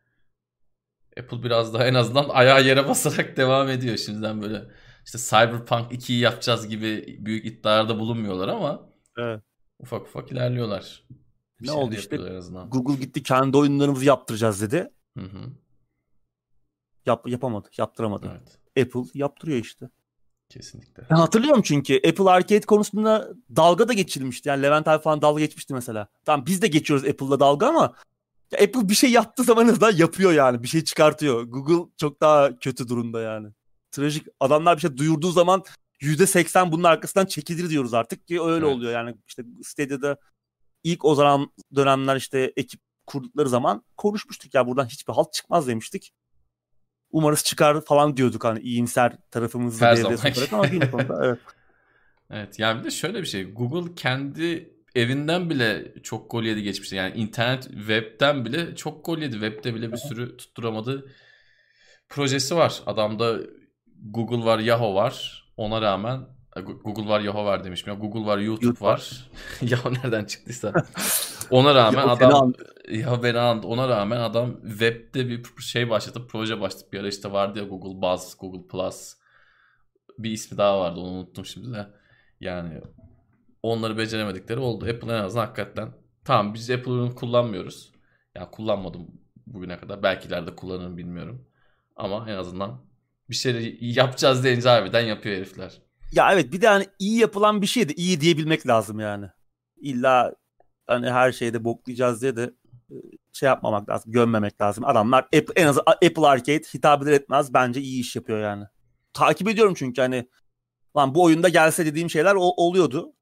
Speaker 1: Apple biraz daha en azından ayağı yere basarak devam ediyor. Şimdiden böyle işte Cyberpunk ikiyi yapacağız gibi büyük iddialarda bulunmuyorlar ama
Speaker 2: Evet.
Speaker 1: ufak ufak ilerliyorlar. Bir
Speaker 2: Ne
Speaker 1: şeyler
Speaker 2: oldu işte?
Speaker 1: yapıyorlar en azından.
Speaker 2: Google gitti kendi oyunlarımızı yaptıracağız dedi.
Speaker 1: Hı hı.
Speaker 2: Yap, yapamadı. Yaptıramadı.
Speaker 1: Evet.
Speaker 2: Apple yaptırıyor işte.
Speaker 1: Kesinlikle.
Speaker 2: Ben hatırlıyorum çünkü Apple Arcade konusunda dalga da geçilmişti. Yani Levent abi falan dalga geçmişti mesela. Tamam biz de geçiyoruz Apple'la dalga ama ya Apple bir şey yaptığı zaman en azından yapıyor yani. Bir şey çıkartıyor. Google çok daha kötü durumda yani. Trajik. Adamlar bir şey duyurduğu zaman yüzde seksen bunun arkasından çekilir diyoruz artık ki öyle
Speaker 1: Evet.
Speaker 2: oluyor. Yani işte Stadia'da ilk o zaman dönemler işte ekip kurdukları zaman konuşmuştuk ya buradan hiçbir halt çıkmaz demiştik. Umarız çıkar falan diyorduk hani iyimser tarafımızı
Speaker 1: Her
Speaker 2: devreye
Speaker 1: zaman.
Speaker 2: sokarak ama günün sonunda evet.
Speaker 1: Evet, yani bir de şöyle bir şey. Google kendi evinden bile çok gol yedi geçmişti. Yani internet webten bile çok gol yedi. Web'de bile bir sürü tutturamadığı projesi var. Adamda Google var, Yahoo var. Ona rağmen Google var, Yahoo var demişim. Ya Google var, YouTube
Speaker 2: YouTube var.
Speaker 1: var. Yahoo nereden çıktıysa. Ona rağmen
Speaker 2: Ya, fena
Speaker 1: adam
Speaker 2: an-
Speaker 1: ya beni andı. Ona rağmen adam web'de bir şey başlatıp proje başlatıp bir ara işte vardı ya Google Buzz, Google Plus. Bir ismi daha vardı onu unuttum şimdi de. Yani onları beceremedikleri oldu. Apple en azından hakikaten tamam biz Apple ürünü kullanmıyoruz. Yani kullanmadım bugüne kadar. Belki ileride kullanırım bilmiyorum. Ama en azından bir şey yapacağız deyince harbiden yapıyor herifler.
Speaker 2: Ya evet bir de hani iyi yapılan bir şey de iyi diyebilmek lazım yani. İlla hani her şeyde boklayacağız diye de e, şey yapmamak lazım, gömmemek lazım. Adamlar Apple, en azından Apple Arcade hitap eder etmez bence iyi iş yapıyor yani. Takip ediyorum çünkü hani lan bu oyunda gelse dediğim şeyler o- oluyordu.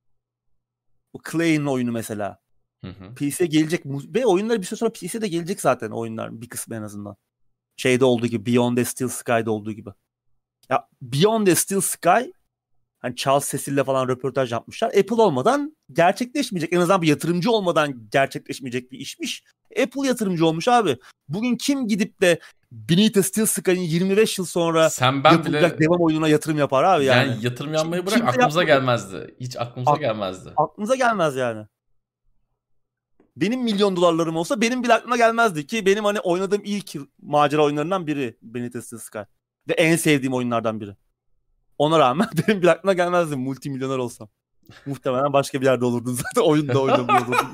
Speaker 2: Bu Clay'in oyunu mesela.
Speaker 1: Hı hı.
Speaker 2: P C'ye gelecek ve oyunlar bir süre sonra P C'ye de gelecek zaten oyunlar bir kısmı en azından. Şeyde olduğu gibi Beyond the Steel Sky'da olduğu gibi. Ya Beyond the Steel Sky hani Charles Cecil'le falan röportaj yapmışlar. Apple olmadan gerçekleşmeyecek. En azından bir yatırımcı olmadan gerçekleşmeyecek bir işmiş. Apple yatırımcı olmuş abi. Bugün kim gidip de Beneath the Steel Sky'ın yirmi beş yıl sonra
Speaker 1: Sen ben
Speaker 2: yapılacak
Speaker 1: bile
Speaker 2: devam oyununa yatırım yapar abi yani.
Speaker 1: yani yatırım
Speaker 2: Kim,
Speaker 1: yapmayı bırak
Speaker 2: kimse
Speaker 1: aklımıza
Speaker 2: yapmadı.
Speaker 1: gelmezdi. Hiç aklımıza
Speaker 2: Ak-
Speaker 1: gelmezdi.
Speaker 2: aklımıza gelmez yani. Benim milyon dolarlarım olsa benim bile aklıma gelmezdi ki benim hani oynadığım ilk macera oyunlarından biri Beneath the Steel Sky. Ve en sevdiğim oyunlardan biri. Ona rağmen benim bile aklıma gelmezdi multimilyoner olsam. Muhtemelen başka bir yerde olurdun zaten. Oyunda oynamıyor olurdun.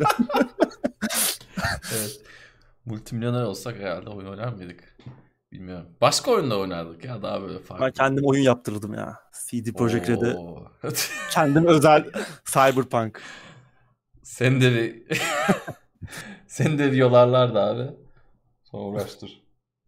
Speaker 1: Evet. Multimilyoner olsak herhalde oyun oynar mıydık? Bilmiyorum. Başka oyunda oynardık ya daha böyle
Speaker 2: Ben
Speaker 1: farklı.
Speaker 2: kendim oyun yaptırırdım ya. C D Projekt Red'e
Speaker 1: Oo.
Speaker 2: kendim özel Cyberpunk.
Speaker 1: Sen de bir sen de bir yolarlardı abi. Sonra uğraştır.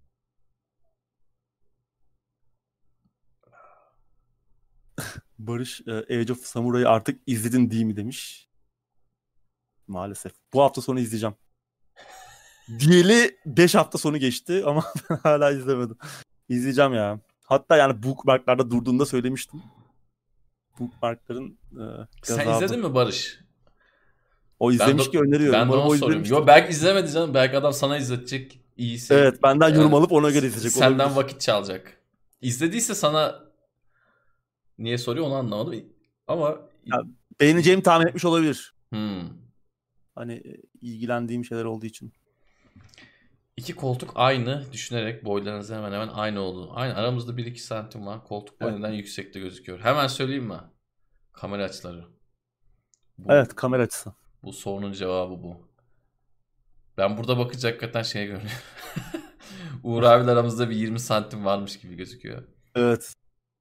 Speaker 2: Barış e, Age of Samurai'ı artık izledin değil mi demiş. Maalesef. Bu hafta sonu izleyeceğim. Diyeli beş hafta sonu geçti ama ben hala izlemedim. İzleyeceğim ya. Hatta yani bookmarklarda durduğunda söylemiştim. Bookmarkların e,
Speaker 1: Sen
Speaker 2: gazabı.
Speaker 1: izledin mi Barış?
Speaker 2: O
Speaker 1: Ben de,
Speaker 2: izlemiş ki öneriyor.
Speaker 1: ben de
Speaker 2: Umarım
Speaker 1: onu
Speaker 2: o
Speaker 1: soruyorum.
Speaker 2: izlemiştir.
Speaker 1: Yo belki izlemedi canım. Belki adam sana izletecek. İyisi.
Speaker 2: Evet benden yorum
Speaker 1: Yani
Speaker 2: alıp ona göre
Speaker 1: s-
Speaker 2: izleyecek
Speaker 1: senden
Speaker 2: olabilir.
Speaker 1: vakit çalacak. İzlediyse sana niye soruyor onu anlamadım. Ama
Speaker 2: Ya, beğeneceğimi tahmin etmiş olabilir.
Speaker 1: hmm.
Speaker 2: Hani e, ilgilendiğim şeyler olduğu için.
Speaker 1: İki koltuk aynı düşünerek boylarınız hemen hemen aynı olduğunu. Aynı aramızda bir iki santim var. Koltuk boyu
Speaker 2: Evet.
Speaker 1: neden yüksekte gözüküyor. Hemen söyleyeyim mi? Kamera açıları. Bu
Speaker 2: Evet kamera açısı.
Speaker 1: bu sorunun cevabı bu. Ben burada bakınca hakikaten şey görünüyor. Uğur abiyle aramızda bir yirmi santim varmış gibi gözüküyor.
Speaker 2: Evet.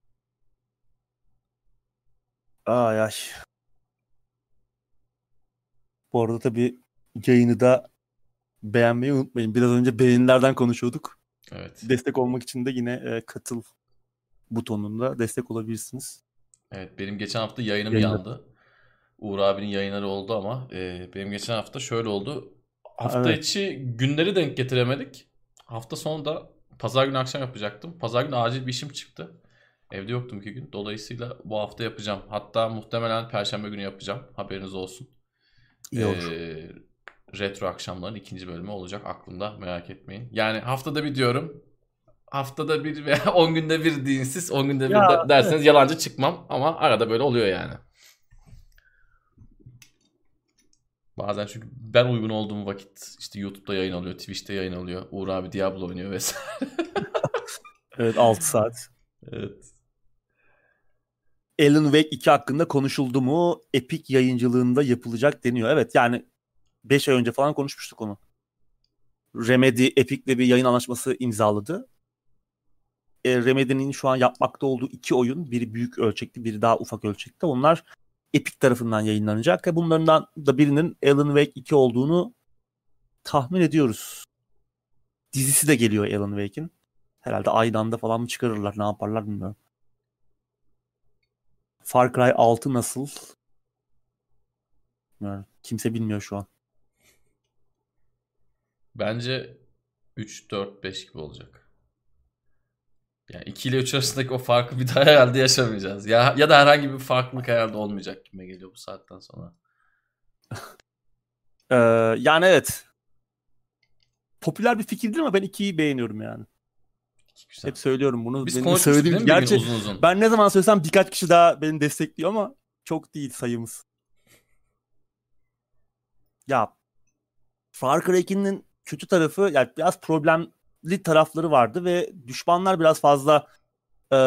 Speaker 2: Ay ay. Bu arada tabii yayını da beğenmeyi unutmayın. Biraz önce beğenilerden konuşuyorduk.
Speaker 1: Evet.
Speaker 2: Destek olmak için de yine e, katıl butonunda destek olabilirsiniz.
Speaker 1: Evet benim geçen hafta yayınım
Speaker 2: Yayında.
Speaker 1: yandı. Uğur abinin yayınları oldu ama e, benim geçen hafta şöyle oldu.
Speaker 2: Ha,
Speaker 1: Hafta
Speaker 2: evet.
Speaker 1: içi günleri denk getiremedik. Hafta sonu da pazar günü akşam yapacaktım. Pazar günü acil bir işim çıktı. Evde yoktum iki gün. Dolayısıyla bu hafta yapacağım. Hatta muhtemelen Perşembe günü yapacağım. Haberiniz olsun.
Speaker 2: İyi olur.
Speaker 1: Ee, retro akşamların ikinci bölümü olacak aklımda. Merak etmeyin. Yani haftada bir diyorum. Haftada bir veya on günde bir deyin siz. on günde bir de
Speaker 2: Ya evet.
Speaker 1: derseniz yalancı çıkmam. Ama arada böyle oluyor yani. Bazen çünkü ben uygun olduğum vakit işte YouTube'da yayın oluyor, Twitch'te yayın oluyor. Uğur abi Diablo oynuyor vesaire.
Speaker 2: Evet altı saat.
Speaker 1: Evet.
Speaker 2: Alan Wake iki hakkında konuşuldu mu? Epic yayıncılığında yapılacak deniyor. Evet yani beş ay önce falan konuşmuştuk onu. Remedy Epic'le bir yayın anlaşması imzaladı. e, Remedy'nin şu an yapmakta olduğu iki oyun, biri büyük ölçekli, biri daha ufak ölçekli. Onlar Epic tarafından yayınlanacak ve bunlardan da birinin Alan Wake iki olduğunu tahmin ediyoruz. Dizisi de geliyor Alan Wake'in. Herhalde aynı anda falan mı çıkarırlar, ne yaparlar bilmiyorum. Far Cry altı nasıl? Yani kimse bilmiyor şu an.
Speaker 1: Bence üç, dört, beş gibi olacak. Yani iki ile üç arasındaki o farkı bir daha herhalde yaşamayacağız. Ya ya da herhangi bir farklılık herhalde olmayacak gibi geliyor bu saatten sonra.
Speaker 2: Ee, yani evet. Popüler bir fikirdir ama ben ikiyi beğeniyorum yani.
Speaker 1: Güzel.
Speaker 2: Hep söylüyorum bunu.
Speaker 1: Biz
Speaker 2: Benim
Speaker 1: konuşmuştuk
Speaker 2: söylediğim
Speaker 1: değil mi bir gün
Speaker 2: gerçi
Speaker 1: uzun uzun?
Speaker 2: ben ne zaman söylesem birkaç kişi daha beni destekliyor ama çok değil sayımız. Ya Far Cry ikinin kötü tarafı yani biraz problemli tarafları vardı ve düşmanlar biraz fazla e,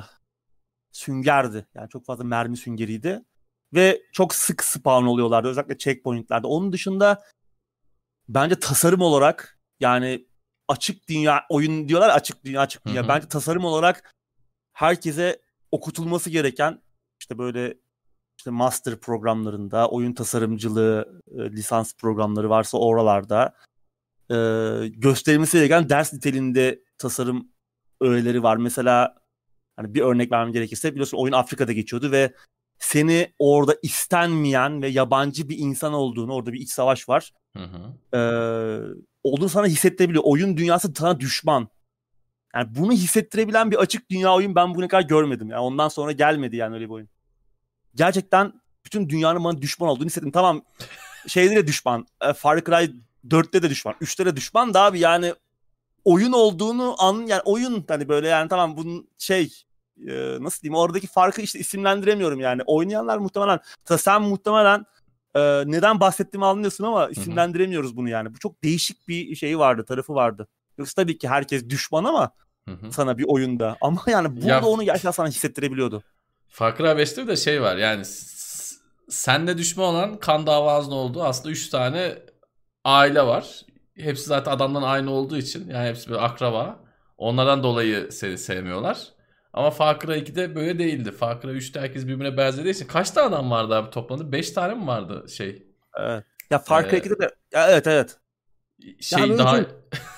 Speaker 2: süngerdi. Yani çok fazla mermi süngeriydi. Ve çok sık spawn oluyorlardı özellikle checkpointlerde. Onun dışında bence tasarım olarak yani açık dünya oyun diyorlar açık dünya açık dünya.
Speaker 1: Hı hı.
Speaker 2: Bence tasarım olarak herkese okutulması gereken işte böyle işte master programlarında oyun tasarımcılığı e, lisans programları varsa oralarda e, gösterilmesi gereken ders niteliğinde tasarım öğeleri var. Mesela hani bir örnek vermem gerekirse biliyorsun oyun Afrika'da geçiyordu ve seni orada istenmeyen ve yabancı bir insan olduğunu, orada bir iç savaş var.
Speaker 1: Hı hı.
Speaker 2: Ee, olduğunu sana hissettirebiliyor. Oyun dünyası sana düşman. Yani bunu hissettirebilen bir açık dünya oyun ben bugüne kadar görmedim. Yani ondan sonra gelmedi yani öyle bir oyun. Gerçekten bütün dünyanın bana düşman olduğunu hissettim. Tamam şeyde de düşman. E, Far Cry dörtte de düşman. üçte de düşman da abi yani oyun olduğunu an yani oyun hani böyle yani tamam bunun şey e, nasıl diyeyim oradaki farkı işte isimlendiremiyorum yani. Oynayanlar muhtemelen sen muhtemelen e, neden bahsettiğimi anlıyorsun ama isimlendiremiyoruz bunu yani. Bu çok değişik bir şeyi vardı, tarafı vardı. Yoksa tabii ki herkes düşman ama
Speaker 1: Hı hı.
Speaker 2: sana bir oyunda. Ama yani burada
Speaker 1: Ya,
Speaker 2: onu gerçekten sana hissettirebiliyordu.
Speaker 1: Far Cry beşte de şey var yani s- senle düşman olan kan davasının olduğu aslında üç tane aile var. Hepsi zaten adamdan aynı olduğu için yani hepsi bir akraba. Onlardan dolayı seni sevmiyorlar. Ama Far Cry ikide böyle değildi. Far Cry üçte herkes birbirine benzediği için kaç tane adam vardı abi toplamda? beş tane mi vardı şey?
Speaker 2: Evet. Ya Far Cry
Speaker 1: Ee,
Speaker 2: ikide de ya evet evet. Ya
Speaker 1: şey
Speaker 2: böyle
Speaker 1: daha...
Speaker 2: çok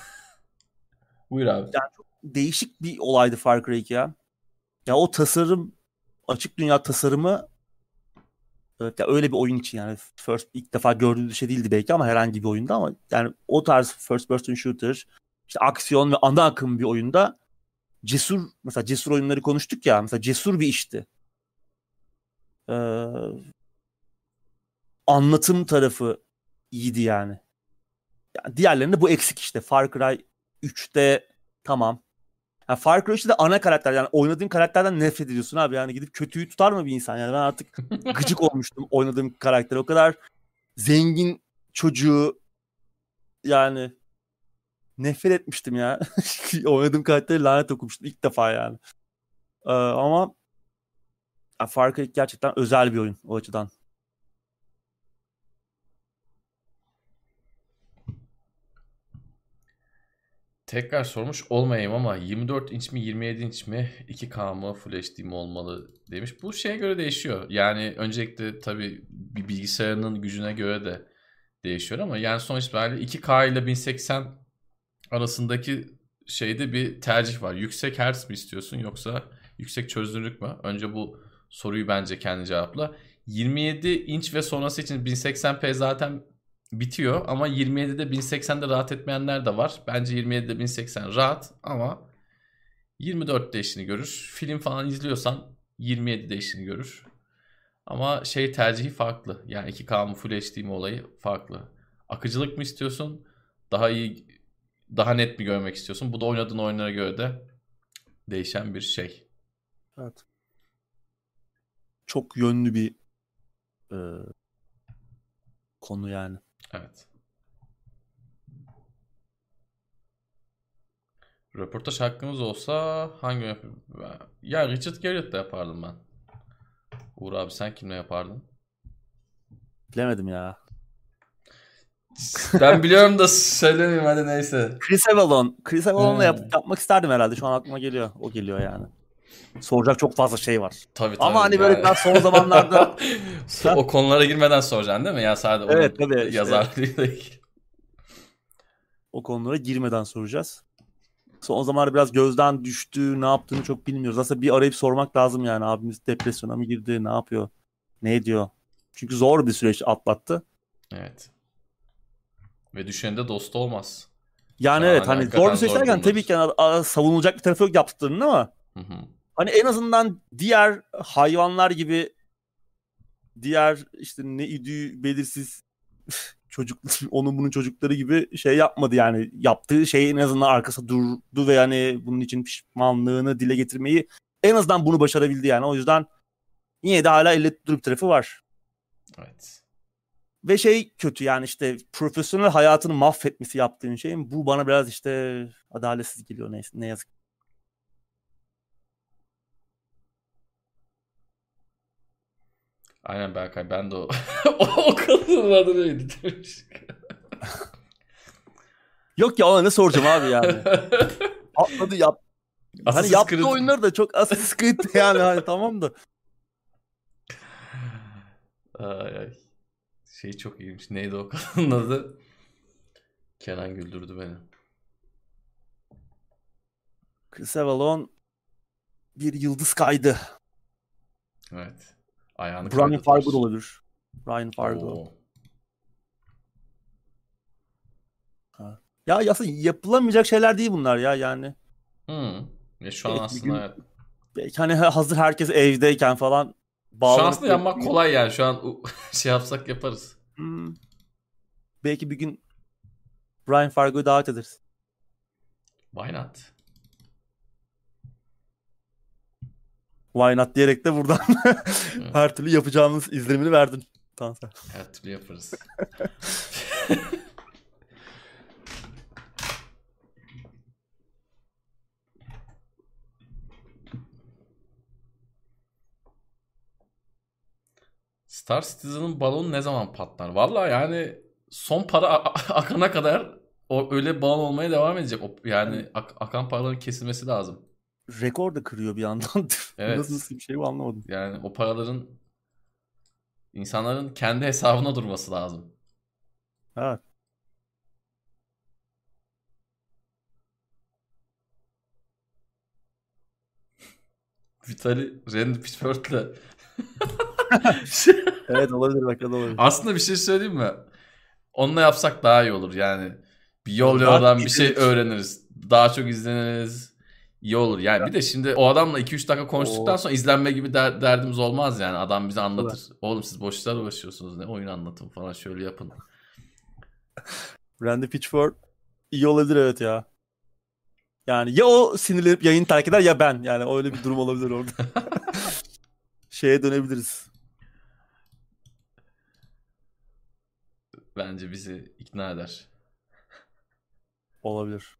Speaker 1: Buyur abi.
Speaker 2: yani çok değişik bir olaydı Far Cry iki ya. Ya o tasarım açık dünya tasarımı evet, ya öyle bir oyun için yani first ilk defa gördüğümüz bir şey değildi belki ama herhangi bir oyunda ama yani o tarz first person shooter işte aksiyon ve ana akım bir oyunda cesur mesela cesur oyunları konuştuk ya mesela cesur bir işti. Ee, anlatım tarafı iyiydi yani. Yani diğerlerinde bu eksik işte. Far Cry üçte tamam. Yani Far Cry üçte de ana karakter yani oynadığın karakterden nefret ediyorsun abi yani gidip kötüyü tutar mı bir insan yani ben artık gıcık olmuştum oynadığım karakter o kadar zengin çocuğu yani nefret etmiştim ya. Oynadığım karakteri lanet okumuştum ilk defa yani. Ee, ama Far Cry gerçekten özel bir oyun o açıdan.
Speaker 1: Tekrar sormuş olmayayım ama yirmi dört inç mi yirmi yedi inç mi iki K mı Full H D mi olmalı demiş. Bu şeye göre değişiyor. Yani öncelikle tabii bir bilgisayarının gücüne göre de değişiyor ama yani sonuç itibariyle iki K ile bin seksen arasındaki şeyde bir tercih var. Yüksek hertz mi istiyorsun yoksa yüksek çözünürlük mü? Önce bu soruyu bence kendi cevapla. yirmi yedi inç ve sonrası için bin seksen p zaten bitiyor ama yirmi yedide bin seksende rahat etmeyenler de var. Bence yirmi yedide bin seksen rahat ama yirmi dörtte işini görür. Film falan izliyorsan yirmi yedide işini görür. Ama şey tercihi farklı. Yani iki K mı Full H D mi olayı farklı. Akıcılık mı istiyorsun? Daha iyi, daha net mi görmek istiyorsun? Bu da oynadığın oyunlara göre de değişen bir şey.
Speaker 2: Evet. Çok yönlü bir e, konu yani.
Speaker 1: Evet. Röportaj hakkımız olsa hangi yap- ya Richard Garriott'la yapardım ben. Uğur abi sen kimle yapardın?
Speaker 2: Bilemedim ya.
Speaker 1: Ben biliyorum da söylemeyeyim hadi neyse.
Speaker 2: Chris Avalon. Chris Avalon'la yap,
Speaker 1: Hmm.
Speaker 2: yapmak isterdim herhalde. Şu an aklıma geliyor. O geliyor yani. Soracak çok fazla şey var.
Speaker 1: Tabii tabii.
Speaker 2: Ama hani
Speaker 1: yani.
Speaker 2: böyle biraz son zamanlarda...
Speaker 1: O konulara girmeden soracaksın değil mi? Ya sadece
Speaker 2: Evet
Speaker 1: onun
Speaker 2: tabii. Işte,
Speaker 1: yazarlığıyla ilgili.
Speaker 2: o konulara girmeden soracağız. Son zamanlarda biraz gözden düştü. Ne yaptığını çok bilmiyoruz. Aslında bir arayıp sormak lazım yani. Abimiz depresyona mı girdi? Ne yapıyor? Ne ediyor? Çünkü zor bir süreç atlattı.
Speaker 1: Evet. Ve düşen de dostu olmaz.
Speaker 2: Yani
Speaker 1: Şu an
Speaker 2: evet
Speaker 1: hani
Speaker 2: hani zor bir süreç
Speaker 1: hakikaten zor
Speaker 2: derken tabii ki yani, a- savunulacak bir tarafı yok yaptıklarının ama
Speaker 1: Hı hı.
Speaker 2: hani en azından diğer hayvanlar gibi diğer işte ne idüğü belirsiz çocuk onun bunun çocukları gibi şey yapmadı yani. Yaptığı şey en azından arkasında durdu ve yani bunun için pişmanlığını dile getirmeyi en azından bunu başarabildi yani. O yüzden yine de hala elle tutulur bir tarafı var.
Speaker 1: Evet.
Speaker 2: Ve şey kötü yani işte profesyonel hayatını mahvetmesi yaptığın şeyin bu bana biraz işte adaletsiz geliyor ne, ne yazık.
Speaker 1: Aynen Berkay ben de o o kadının adı neydi demiş.
Speaker 2: Yok ya ona ne soracağım abi yani. Atladı yap. Hani
Speaker 1: Assassin's
Speaker 2: yaptığı
Speaker 1: Creed.
Speaker 2: oyunları da çok Assassin's Creed yani hani tamam da.
Speaker 1: Ay, ay. Şey çok iyiymiş. Neydi o kadının adı? Kenan güldürdü beni.
Speaker 2: Chris Avalon bir yıldız kaydı.
Speaker 1: Evet. Ayağını
Speaker 2: Brian
Speaker 1: kaydı
Speaker 2: Fargo da
Speaker 1: doğrusu.
Speaker 2: olabilir. Brian Fargo.
Speaker 1: Oo.
Speaker 2: Ha. Ya aslında yapılamayacak şeyler değil bunlar ya yani.
Speaker 1: Hı. Ve şu an
Speaker 2: Belki bir
Speaker 1: aslında
Speaker 2: gün
Speaker 1: evet.
Speaker 2: belki hani hazır herkes evdeyken falan
Speaker 1: Şu an
Speaker 2: bağlanıp
Speaker 1: aslında yapmak kolay yani. Şu an u- şey yapsak yaparız.
Speaker 2: Hmm. Belki bir gün Brian Fargo'yu davet ederiz.
Speaker 1: Why not?
Speaker 2: Why not diyerek de buradan
Speaker 1: Hı.
Speaker 2: her türlü yapacağımız izlenimini verdin. Tansel.
Speaker 1: Her türlü yaparız. Star Citizen'ın balonu ne zaman patlar? Vallahi yani son para a- a- akana kadar o öyle bir balon olmaya devam edecek. O, yani
Speaker 2: Yani
Speaker 1: ak- akan paraların kesilmesi lazım.
Speaker 2: rekor da kırıyor bir yandan. Nasıl,
Speaker 1: Evet.
Speaker 2: nasıl bir şey bu anlamadım.
Speaker 1: Yani o paraların insanların kendi hesabına durması lazım.
Speaker 2: Evet.
Speaker 1: Vitali Randy Pitchford'la
Speaker 2: Evet olabilir bak o da olabilir.
Speaker 1: aslında bir şey söyleyeyim mi? Onunla yapsak daha iyi olur yani. Bir yol
Speaker 2: Daha
Speaker 1: yordan bir
Speaker 2: çok
Speaker 1: şey
Speaker 2: izlenir.
Speaker 1: öğreniriz. Daha çok izleniriz. İyi olur. Yani bir de şimdi o adamla iki üç dakika konuştuktan
Speaker 2: O
Speaker 1: sonra izlenme gibi der- derdimiz olmaz yani. Adam bize
Speaker 2: tabii.
Speaker 1: anlatır. Oğlum siz boş işlerle uğraşıyorsunuz. Ne oyun anlatın falan şöyle yapın.
Speaker 2: Randy Pitchford iyi olabilir evet ya. Yani ya o sinirlenip yayın terk eder ya ben. Yani öyle bir durum olabilir orada. Şeye dönebiliriz.
Speaker 1: Bence bizi ikna eder.
Speaker 2: Olabilir.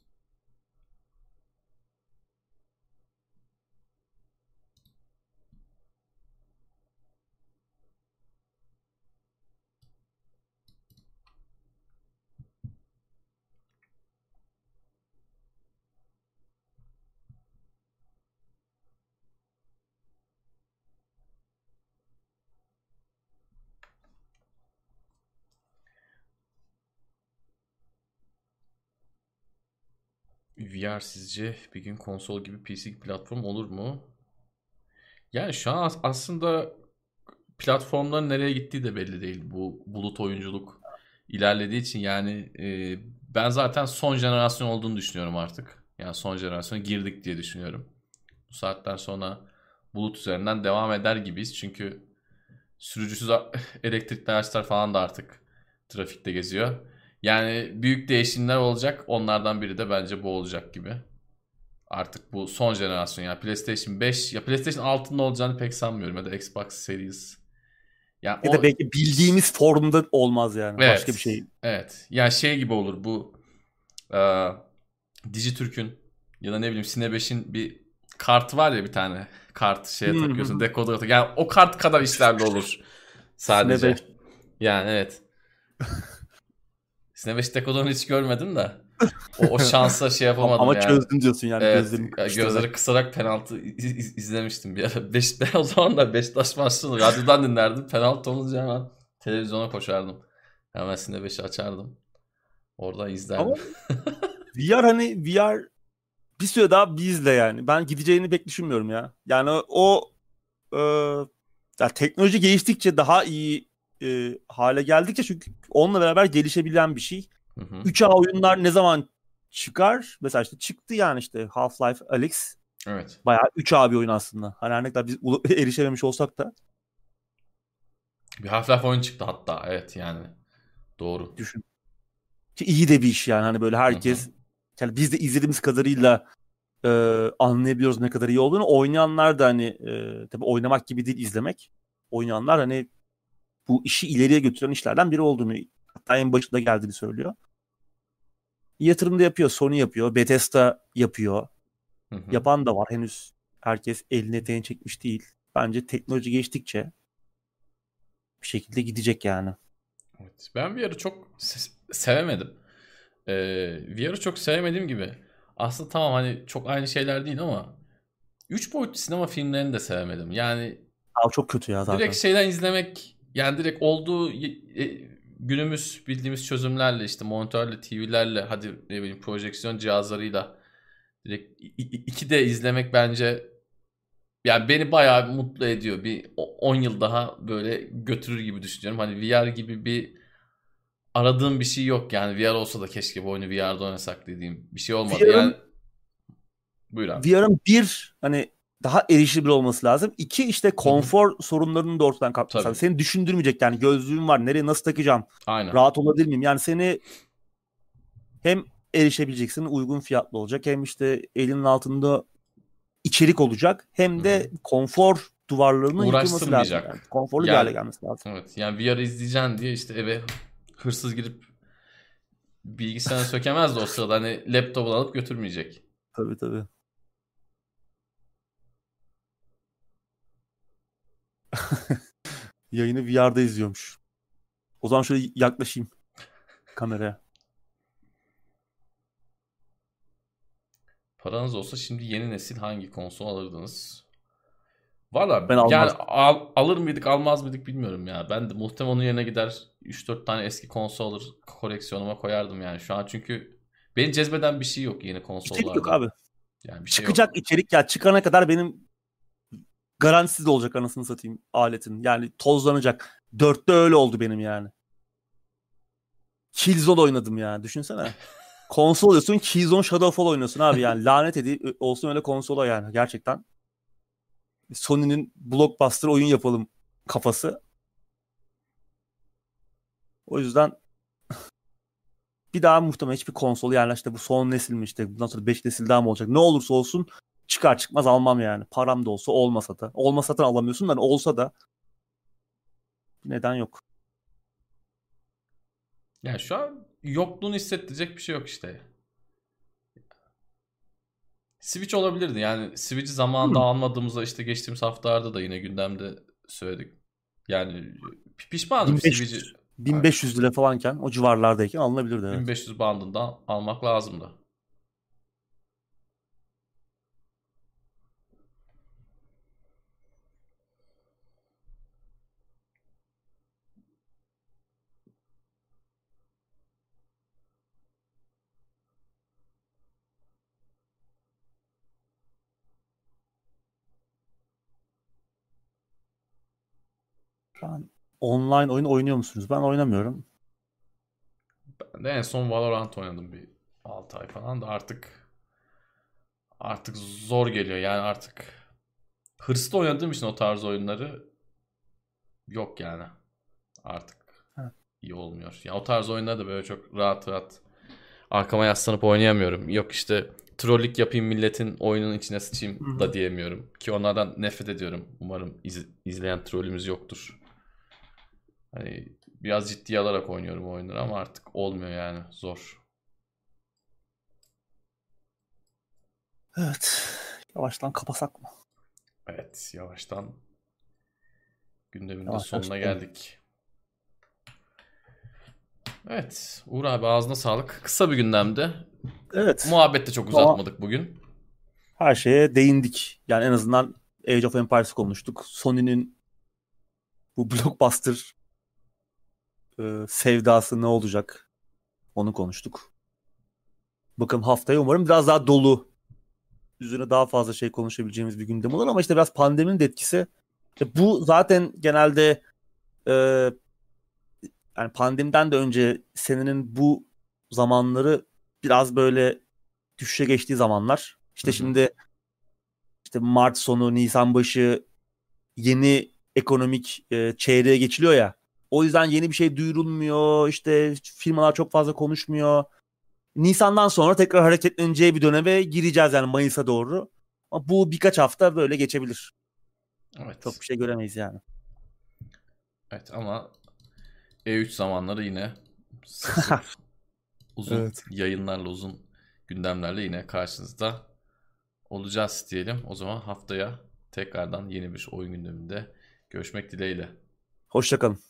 Speaker 1: V R sizce bir gün konsol gibi P C platform olur mu? Yani şu an as- aslında platformların nereye gittiği de belli değil. Bu bulut oyunculuk ilerlediği için yani e, ben zaten son jenerasyon olduğunu düşünüyorum artık. Yani son jenerasyona girdik diye düşünüyorum. Bu saatten sonra bulut üzerinden devam eder gibiyiz. Çünkü sürücüsüz a- elektrikli araçlar falan da artık trafikte geziyor. Yani büyük değişimler olacak. Onlardan biri de bence bu olacak gibi. Artık bu son jenerasyon ya PlayStation beş ya PlayStation altının olacağını pek sanmıyorum ya da Xbox Series. Ya
Speaker 2: Ya da
Speaker 1: o
Speaker 2: belki bildiğimiz formda olmaz yani. Başka bir
Speaker 1: evet.
Speaker 2: şey.
Speaker 1: Evet. Ya şey gibi olur bu e, Dijitürk'ün ya da ne bileyim Cine beşin bir kartı var ya bir tane kart şeye takıyorsun dekoder tak- yani o kart kadar işlerli olur
Speaker 2: Sine beş.
Speaker 1: sadece. Yani evet. Cinebeş Decod'unu hiç görmedim de. O, o şansa şey yapamadım
Speaker 2: Ama
Speaker 1: yani.
Speaker 2: çözdün diyorsun yani,
Speaker 1: Evet,
Speaker 2: gözlerini
Speaker 1: gözleri kısarak penaltı iz- iz- izlemiştim bir ara. Beş, ben o zaman da Beşiktaş maçını radyodan dinlerdim. Penaltı olunca hemen televizyona koşardım. Hemen Cinebeş'i açardım. Oradan
Speaker 2: Ama
Speaker 1: izlerdim.
Speaker 2: V R hani V R bir süre daha bizle yani. Ben gideceğini pek düşünmüyorum ya. Yani o e, ya teknoloji geliştikçe daha iyi e, hale geldikçe, çünkü onunla beraber gelişebilen bir şey.
Speaker 1: Hı hı.
Speaker 2: üç A oyunlar ne zaman çıkar? Mesela işte çıktı yani, işte Half-Life Alyx.
Speaker 1: Evet.
Speaker 2: Bayağı üç A bir oyun aslında. Hani her ne kadar biz erişememiş olsak da
Speaker 1: Bir Half-Life oyun çıktı hatta. Evet yani. Doğru.
Speaker 2: düşün. Ki iyi de bir iş yani, hani böyle
Speaker 1: Hı hı.
Speaker 2: herkes, yani biz de izlediğimiz kadarıyla e, anlayabiliyoruz ne kadar iyi olduğunu. Oynayanlar da hani e, tabii oynamak gibi değil izlemek. Oynayanlar hani bu işi ileriye götüren işlerden biri olduğunu, hatta en başında geldiğini söylüyor. Yatırım da yapıyor. Sony yapıyor. Bethesda yapıyor.
Speaker 1: Hı hı.
Speaker 2: Yapan da var. Henüz herkes elini eteğini çekmiş değil. Bence teknoloji geçtikçe bir şekilde gidecek yani.
Speaker 1: Evet. Ben V R'ı çok se- sevemedim. Ee, V R'ı çok sevmediğim gibi. Aslında tamam hani çok aynı şeyler değil ama üç boyutlu sinema filmlerini de sevemedim. Yani
Speaker 2: Abi çok kötü ya
Speaker 1: direkt
Speaker 2: zaten.
Speaker 1: şeyden izlemek, yani direkt olduğu y- e, günümüz bildiğimiz çözümlerle, işte monitörle, T V'lerle, hadi ne bileyim projeksiyon cihazlarıyla direkt i- i- iki de izlemek bence yani beni bayağı mutlu ediyor. Bir on yıl daha böyle götürür gibi düşünüyorum. Hani V R gibi bir aradığım bir şey yok yani. V R olsa da keşke bu oyunu V R'da oynasak dediğim bir şey olmadı. Yani
Speaker 2: V R'ın
Speaker 1: buyur abi.
Speaker 2: V R'ın bir, hani daha erişilebilir olması lazım. İki, işte
Speaker 1: Hı hı.
Speaker 2: konfor sorunlarının da ortadan kalkması
Speaker 1: Tabii.
Speaker 2: lazım. Seni düşündürmeyecek yani, gözlüğüm var, nereye nasıl takacağım?
Speaker 1: Aynen.
Speaker 2: Rahat olabilir miyim? Yani seni hem erişebileceksin, uygun fiyatlı olacak, hem işte elinin altında içerik olacak,
Speaker 1: Hı
Speaker 2: hem
Speaker 1: hı.
Speaker 2: de konfor duvarlarının yıkılması lazım. Yani
Speaker 1: Uğraştırmayacak.
Speaker 2: konforlu bir hale
Speaker 1: Yani
Speaker 2: gelmesi lazım.
Speaker 1: evet. Yani V R izleyeceksin diye işte eve hırsız girip bilgisayarını sökemez de o sırada hani laptopu alıp götürmeyecek.
Speaker 2: Tabii tabii. Yayını V R'da izliyormuş. O zaman şöyle yaklaşayım kameraya.
Speaker 1: Paranız olsa şimdi yeni nesil hangi konsol alırdınız? Valla
Speaker 2: Ben
Speaker 1: yani
Speaker 2: almazdım.
Speaker 1: al- alır mıydık almaz mıydık bilmiyorum ya. Ben de muhtemelen onun yerine gider üç dört tane eski konsol alır koleksiyonuma koyardım yani şu an, çünkü beni cezbeden bir şey yok yeni
Speaker 2: İçerik yok
Speaker 1: konsollarda.
Speaker 2: abi.
Speaker 1: Yani bir şey
Speaker 2: Çıkacak
Speaker 1: yok.
Speaker 2: içerik ya, çıkana kadar benim garantisiz de olacak anasını satayım aletin. Yani tozlanacak. Dörtte öyle oldu benim yani. Killzone oynadım yani, düşünsene. Konsol alıyorsun, Killzone Shadowfall oynuyorsun abi, yani lanet edeyim olsun öyle konsola yani, gerçekten. Sony'nin blockbuster oyun yapalım kafası. O yüzden bir daha muhtemelen hiçbir konsol, yani işte bu son nesil mi, işte bundan sonra beş nesil daha mı olacak, ne olursa olsun çıkar çıkmaz almam yani. Param da olsa, olmasa da. Olmasa da alamıyorsun da, hani olsa da neden yok.
Speaker 1: Yani şu an yokluğunu hissettirecek bir şey yok işte. Switch olabilirdi yani, Switch'i zamanında
Speaker 2: Hmm.
Speaker 1: almadığımızda işte geçtiğimiz haftalarda da yine gündemde söyledik. Yani pi- pişmanım Switch'i
Speaker 2: bin beş yüz bin beş yüz lira falanken, o civarlardayken alınabilirdi, evet.
Speaker 1: bin beş yüz bandında almak lazımdı.
Speaker 2: Şu an online oyun oynuyor musunuz? Ben oynamıyorum.
Speaker 1: Ben de en son Valorant oynadım bir altı ay falan da artık artık zor geliyor yani, artık hırslı oynadığım için o tarz oyunları yok yani, artık
Speaker 2: Evet.
Speaker 1: iyi olmuyor. Ya o tarz oyunları da böyle çok rahat rahat arkama yaslanıp oynayamıyorum. Yok işte trollük yapayım milletin oyunun içine sıçayım
Speaker 2: Hı hı.
Speaker 1: da diyemiyorum. Ki onlardan nefret ediyorum. Umarım iz- izleyen trollümüz yoktur. Hani biraz ciddiye alarak oynuyorum oyunları ama artık olmuyor yani, zor.
Speaker 2: Evet. Yavaştan kapasak mı?
Speaker 1: Evet, yavaştan gündemin de
Speaker 2: Yavaştan
Speaker 1: sonuna
Speaker 2: çıkalım.
Speaker 1: geldik. Evet. Uğur abi ağzına sağlık. Kısa bir gündemdi.
Speaker 2: Evet.
Speaker 1: Muhabbet de çok uzatmadık bugün.
Speaker 2: Her şeye değindik. Yani en azından Age of Empires'ı konuştuk. Sony'nin bu blockbuster e, sevdası ne olacak? Onu konuştuk. Bakın haftaya umarım biraz daha dolu, üzerine daha fazla şey konuşabileceğimiz bir gündem olur ama işte biraz pandeminin de etkisi. E, bu zaten genelde e, yani pandemiden de önce senenin bu zamanları biraz böyle düşüşe geçtiği zamanlar. İşte
Speaker 1: Hı hı.
Speaker 2: şimdi işte Mart sonu, Nisan başı yeni ekonomik e, çeyreğe geçiliyor ya. O yüzden yeni bir şey duyurulmuyor. İşte firmalar çok fazla konuşmuyor. Nisan'dan sonra tekrar hareketleneceği bir döneme gireceğiz yani Mayıs'a doğru. Ama bu birkaç hafta böyle geçebilir.
Speaker 1: Evet.
Speaker 2: Çok bir şey göremeyiz yani.
Speaker 1: Evet ama E üç zamanları yine sık sık uzun
Speaker 2: Evet.
Speaker 1: yayınlarla, uzun gündemlerle yine karşınızda olacağız diyelim. O zaman haftaya tekrardan yeni bir oyun gündeminde görüşmek dileğiyle.
Speaker 2: Hoşça kalın.